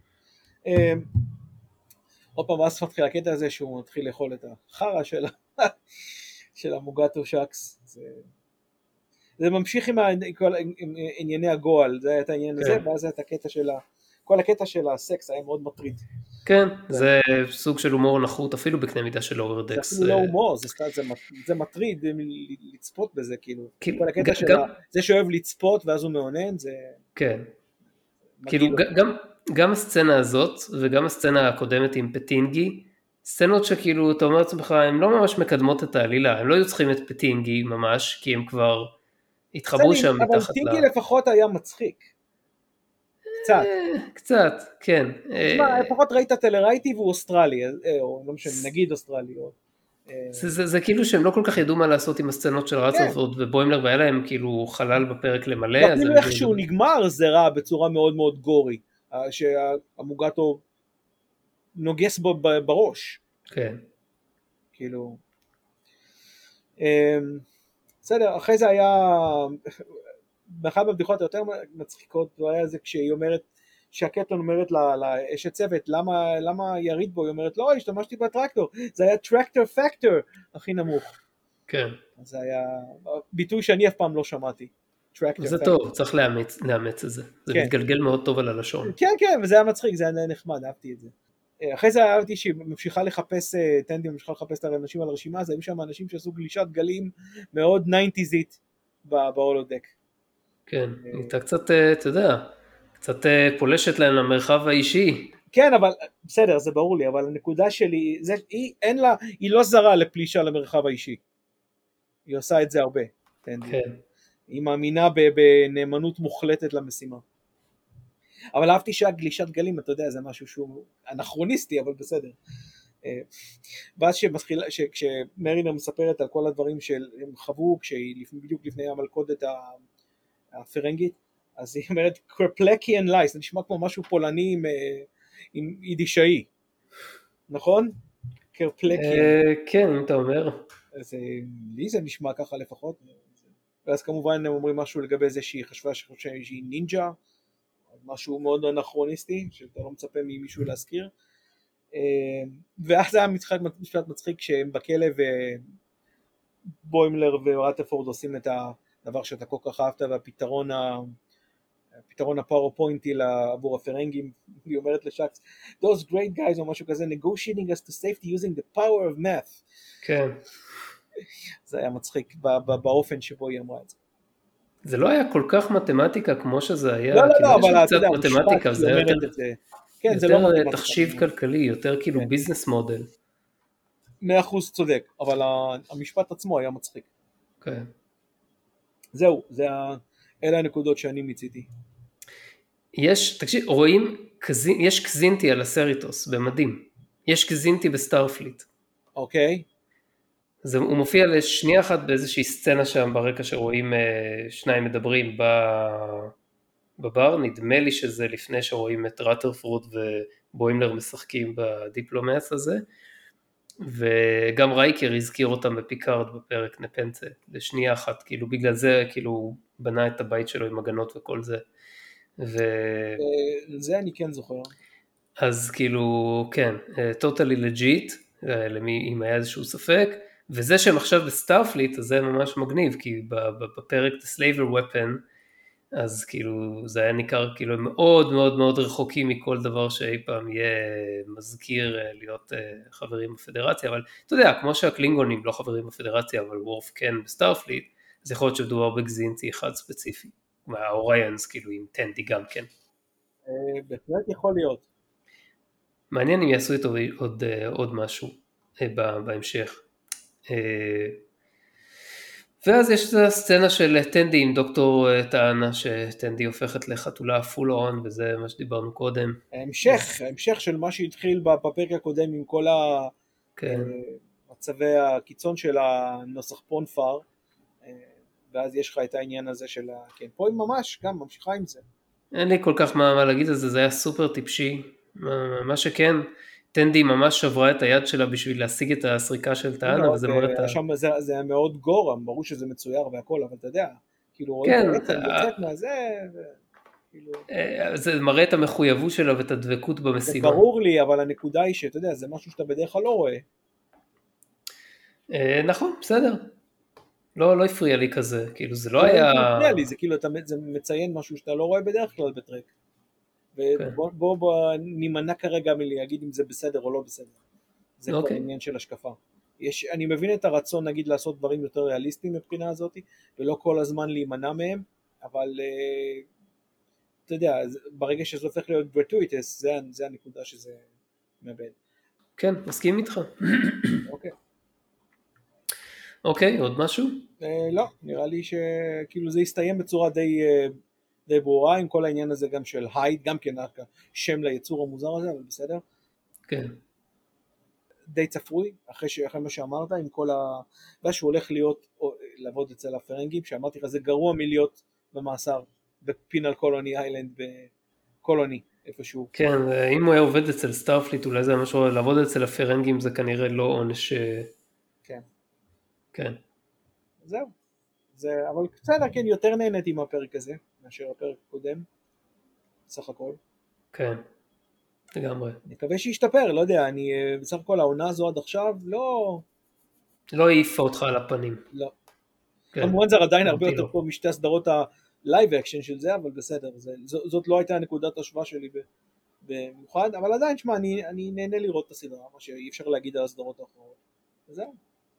עוד פעם, אז מתחיל הקטע הזה שהוא מתחיל לאכול את החרא של, של המוגטו שקס, זה, זה ממשיך עם, ה, כל, עם ענייני הגועל, זה היה את העניין הזה, ואז זה את הקטע של, ה, כל הקטע של הסקס היה מאוד מטריד. כן, זה סוג של הומור נחות, אפילו בקנה מידה של אוברדקס. זה אפילו לא הומור, זה מטריד לצפות בזה, כאילו. כל הקטע של זה שאוהב לצפות ואז הוא מעונן, זה... כן. כאילו, גם הסצנה הזאת, וגם הסצנה הקודמת עם פטינגי, סצנות שכאילו, אתה אומר לעצמך, הן לא ממש מקדמות את העלילה, הם לא היו צריכים את פטינגי ממש, כי הם כבר התחברו שם מתחת ל... אבל פטינגי לפחות היה מצחיק. קצת. קצת, כן. תשמע, לפחות ראית טלרייטי והוא אוסטרלי, או לא משנה, נגיד אוסטרלי. זה כאילו שהם לא כל כך ידעו מה לעשות עם הסצנות של רצרפורד ובוימלר, והיה להם כאילו חלל בפרק למלא. ואפילו איך שהוא נגמר זה רע בצורה מאוד מאוד גורי, שהמוגטו נוגס בו בראש. כן. כאילו... בסדר, אחרי זה היה... באחת מהבדיחות היותר מצחיקות, זה היה זה כשהיא אומרת, שהקטלון אומרת לאשת צוות, למה, למה יריד בו? היא אומרת, לא, השתמשתי בטרקטור, זה היה טרקטור פקטור הכי נמוך. כן. זה היה ביטוי שאני אף פעם לא שמעתי. זה טוב, צריך לאמץ, לאמץ את זה. זה מתגלגל מאוד טוב על הלשון. כן, כן, וזה היה מצחיק, זה היה נחמד, אהבתי את זה. אחרי זה אהבתי שהיא ממשיכה לחפש, טנדי ממשיכה לחפש את האנשים על הרשימה, אז היו שם אנשים שעשו גלישת גלים מאוד ניינטיזית בהולודק. כן, הייתה קצת, אתה יודע, קצת פולשת להם למרחב האישי. כן, אבל בסדר, זה ברור לי, אבל הנקודה שלי, זה, היא, אין לה, היא לא זרה לפלישה למרחב האישי. היא עושה את זה הרבה. כן. היא מאמינה בנאמנות מוחלטת למשימה. אבל אהבתי שהגלישת גלים, אתה יודע, זה משהו שהוא אנכרוניסטי, אבל בסדר. ואז שמתחילה, כשמרינר מספרת על כל הדברים שהם חוו, כשהיא בדיוק לפני המלכודת הפרנגית, אז היא אומרת, קרפלקיאן לייס, זה נשמע כמו משהו פולני עם, עם יידישאי, נכון? קרפלקיאן. כן, אם אתה אומר. אז לי זה נשמע ככה לפחות, ואז כמובן הם אומרים משהו לגבי זה שהיא חשבה שהיא נינג'ה, משהו מאוד אנכרוניסטי, שאתה לא מצפה ממישהו להזכיר, ואז היה משפט מצחיק שהם בכלא ובוימלר ורטפורד עושים את הדבר שאתה כל כך אהבת, והפתרון הפתרון הפאורפוינטי עבור הפרנגים, היא אומרת לשקס, those great guys או משהו כזה, negotiating us to safety using the power of math. כן. זה היה מצחיק באופן שבו היא אמרה את זה. זה לא היה כל כך מתמטיקה כמו שזה היה, לא, לא, לא, אבל אתה יודע, מתמטיקה, זה יותר, כן, זה יותר לא תחשיב כלכלי, יותר כאילו כן. ביזנס מודל. מאה אחוז צודק, אבל המשפט עצמו היה מצחיק. כן. זהו, זה ה... אלה הנקודות שאני מציתי. יש, תקשיב, רואים, קזין, יש קזינטי על הסריטוס, במדים. יש קזינטי בסטארפליט. אוקיי. זה, הוא מופיע לשנייה אחת באיזושהי סצנה שם ברקע שרואים שניים מדברים בבר, נדמה לי שזה לפני שרואים את רטרפורד ובוימלר משחקים בדיפלומאס הזה, וגם רייקר הזכיר אותם בפיקארד בפרק נפנצה, לשנייה אחת, כאילו בגלל זה כאילו הוא בנה את הבית שלו עם הגנות וכל זה. ו... זה אני כן זוכר. אז כאילו כן, totally legit, למי, אם היה איזשהו ספק, וזה שהם עכשיו בסטארפליט, אז זה ממש מגניב, כי בפרק The Slaver Weapon, אז כאילו זה היה ניכר כאילו מאוד מאוד מאוד רחוקים מכל דבר שאי פעם יהיה מזכיר להיות חברים בפדרציה, אבל אתה יודע, כמו שהקלינגונים לא חברים בפדרציה, אבל וורף כן בסטארפליט, אז יכול להיות שמדובר בגזינטי אחד ספציפי, מהאוריינס כאילו עם טנדי גם כן. בהחלט יכול להיות. מעניין אם יעשו איתו עוד, עוד משהו בהמשך. ואז יש את הסצנה של טנדי עם דוקטור טענה, שטנדי הופכת לחתולה פול און, וזה מה שדיברנו קודם. המשך, המשך של מה שהתחיל בפרק הקודם עם כל מצבי הקיצון של הנוסח פונפר, ואז יש לך את העניין הזה של, כן, פה היא ממש גם ממשיכה עם זה. אין לי כל כך מה, מה להגיד על זה, זה היה סופר טיפשי, מה שכן, טנדי ממש שברה את היד שלה בשביל להשיג את הסריקה של טענה, וזה מאוד... שם זה היה מאוד גורם, ברור שזה מצויר והכל, אבל אתה יודע, כאילו רואים את העצם יוצאת מהזה, זה מראה את המחויבות שלה ואת הדבקות במשימה. זה ברור לי, אבל הנקודה היא שאתה יודע, זה משהו שאתה בדרך כלל לא רואה. נכון, בסדר. לא, לא הפריע לי כזה, כאילו זה לא היה... זה הפריע לי, זה כאילו, זה מציין משהו שאתה לא רואה בדרך כלל בטרק. ובוא בוא נימנע כרגע מלהגיד אם זה בסדר או לא בסדר. זה כבר עניין של השקפה. יש, אני מבין את הרצון, נגיד, לעשות דברים יותר ריאליסטיים מבחינה הזאת, ולא כל הזמן להימנע מהם, אבל אתה יודע, ברגע שזה הופך להיות gratuitous, זה, זה הנקודה שזה מאבד. כן, מסכים איתך. אוקיי. אוקיי, עוד משהו? אה, לא, נראה לי שכאילו זה יסתיים בצורה די, די ברורה, עם כל העניין הזה גם של הייד, גם כן שם ליצור המוזר הזה, אבל בסדר. כן. די צפוי, אחרי, ש... אחרי מה שאמרת, עם כל ה... שהוא הולך להיות, או, לעבוד אצל הפרנגים, שאמרתי לך, זה גרוע מלהיות במאסר, בפינל קולוני איילנד, בקולוני, איפשהו. כן, אם הוא היה עובד אצל סטארפליט, אולי זה משהו, לעבוד אצל הפרנגים זה כנראה לא עונש... כן. כן. זהו. זה, אבל קצת, כן, יותר נהנית עם הפרק הזה, מאשר הפרק הקודם, בסך הכל. כן. לגמרי. אני מקווה שישתפר, לא יודע, אני בסך הכל העונה הזו עד עכשיו, לא... לא העיפה אותך על הפנים. לא. כמובן זה עדיין הרבה יותר פה משתי הסדרות הלייב אקשן של זה, אבל בסדר, זאת לא הייתה נקודת השוואה שלי במיוחד, אבל עדיין, שמה, אני נהנה לראות את הסדרה, מה שאי אפשר להגיד על הסדרות האחרות. וזהו.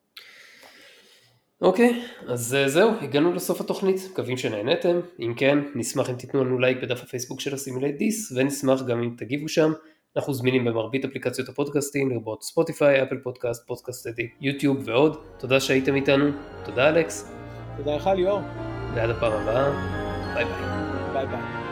אוקיי, אז זהו, הגענו לסוף התוכנית, מקווים שנהנתם, אם כן, נשמח אם תיתנו לנו לייק בדף הפייסבוק של הסימולייט דיס, ונשמח גם אם תגיבו שם, אנחנו זמינים במרבית אפליקציות הפודקאסטים, לרבות ספוטיפיי, אפל פודקאסט, פודקאסט אדי, יוטיוב ועוד, תודה שהייתם איתנו, תודה אלכס. תודה לך ליאור. ועד הפעם הבאה, ביי ביי. ביי ביי.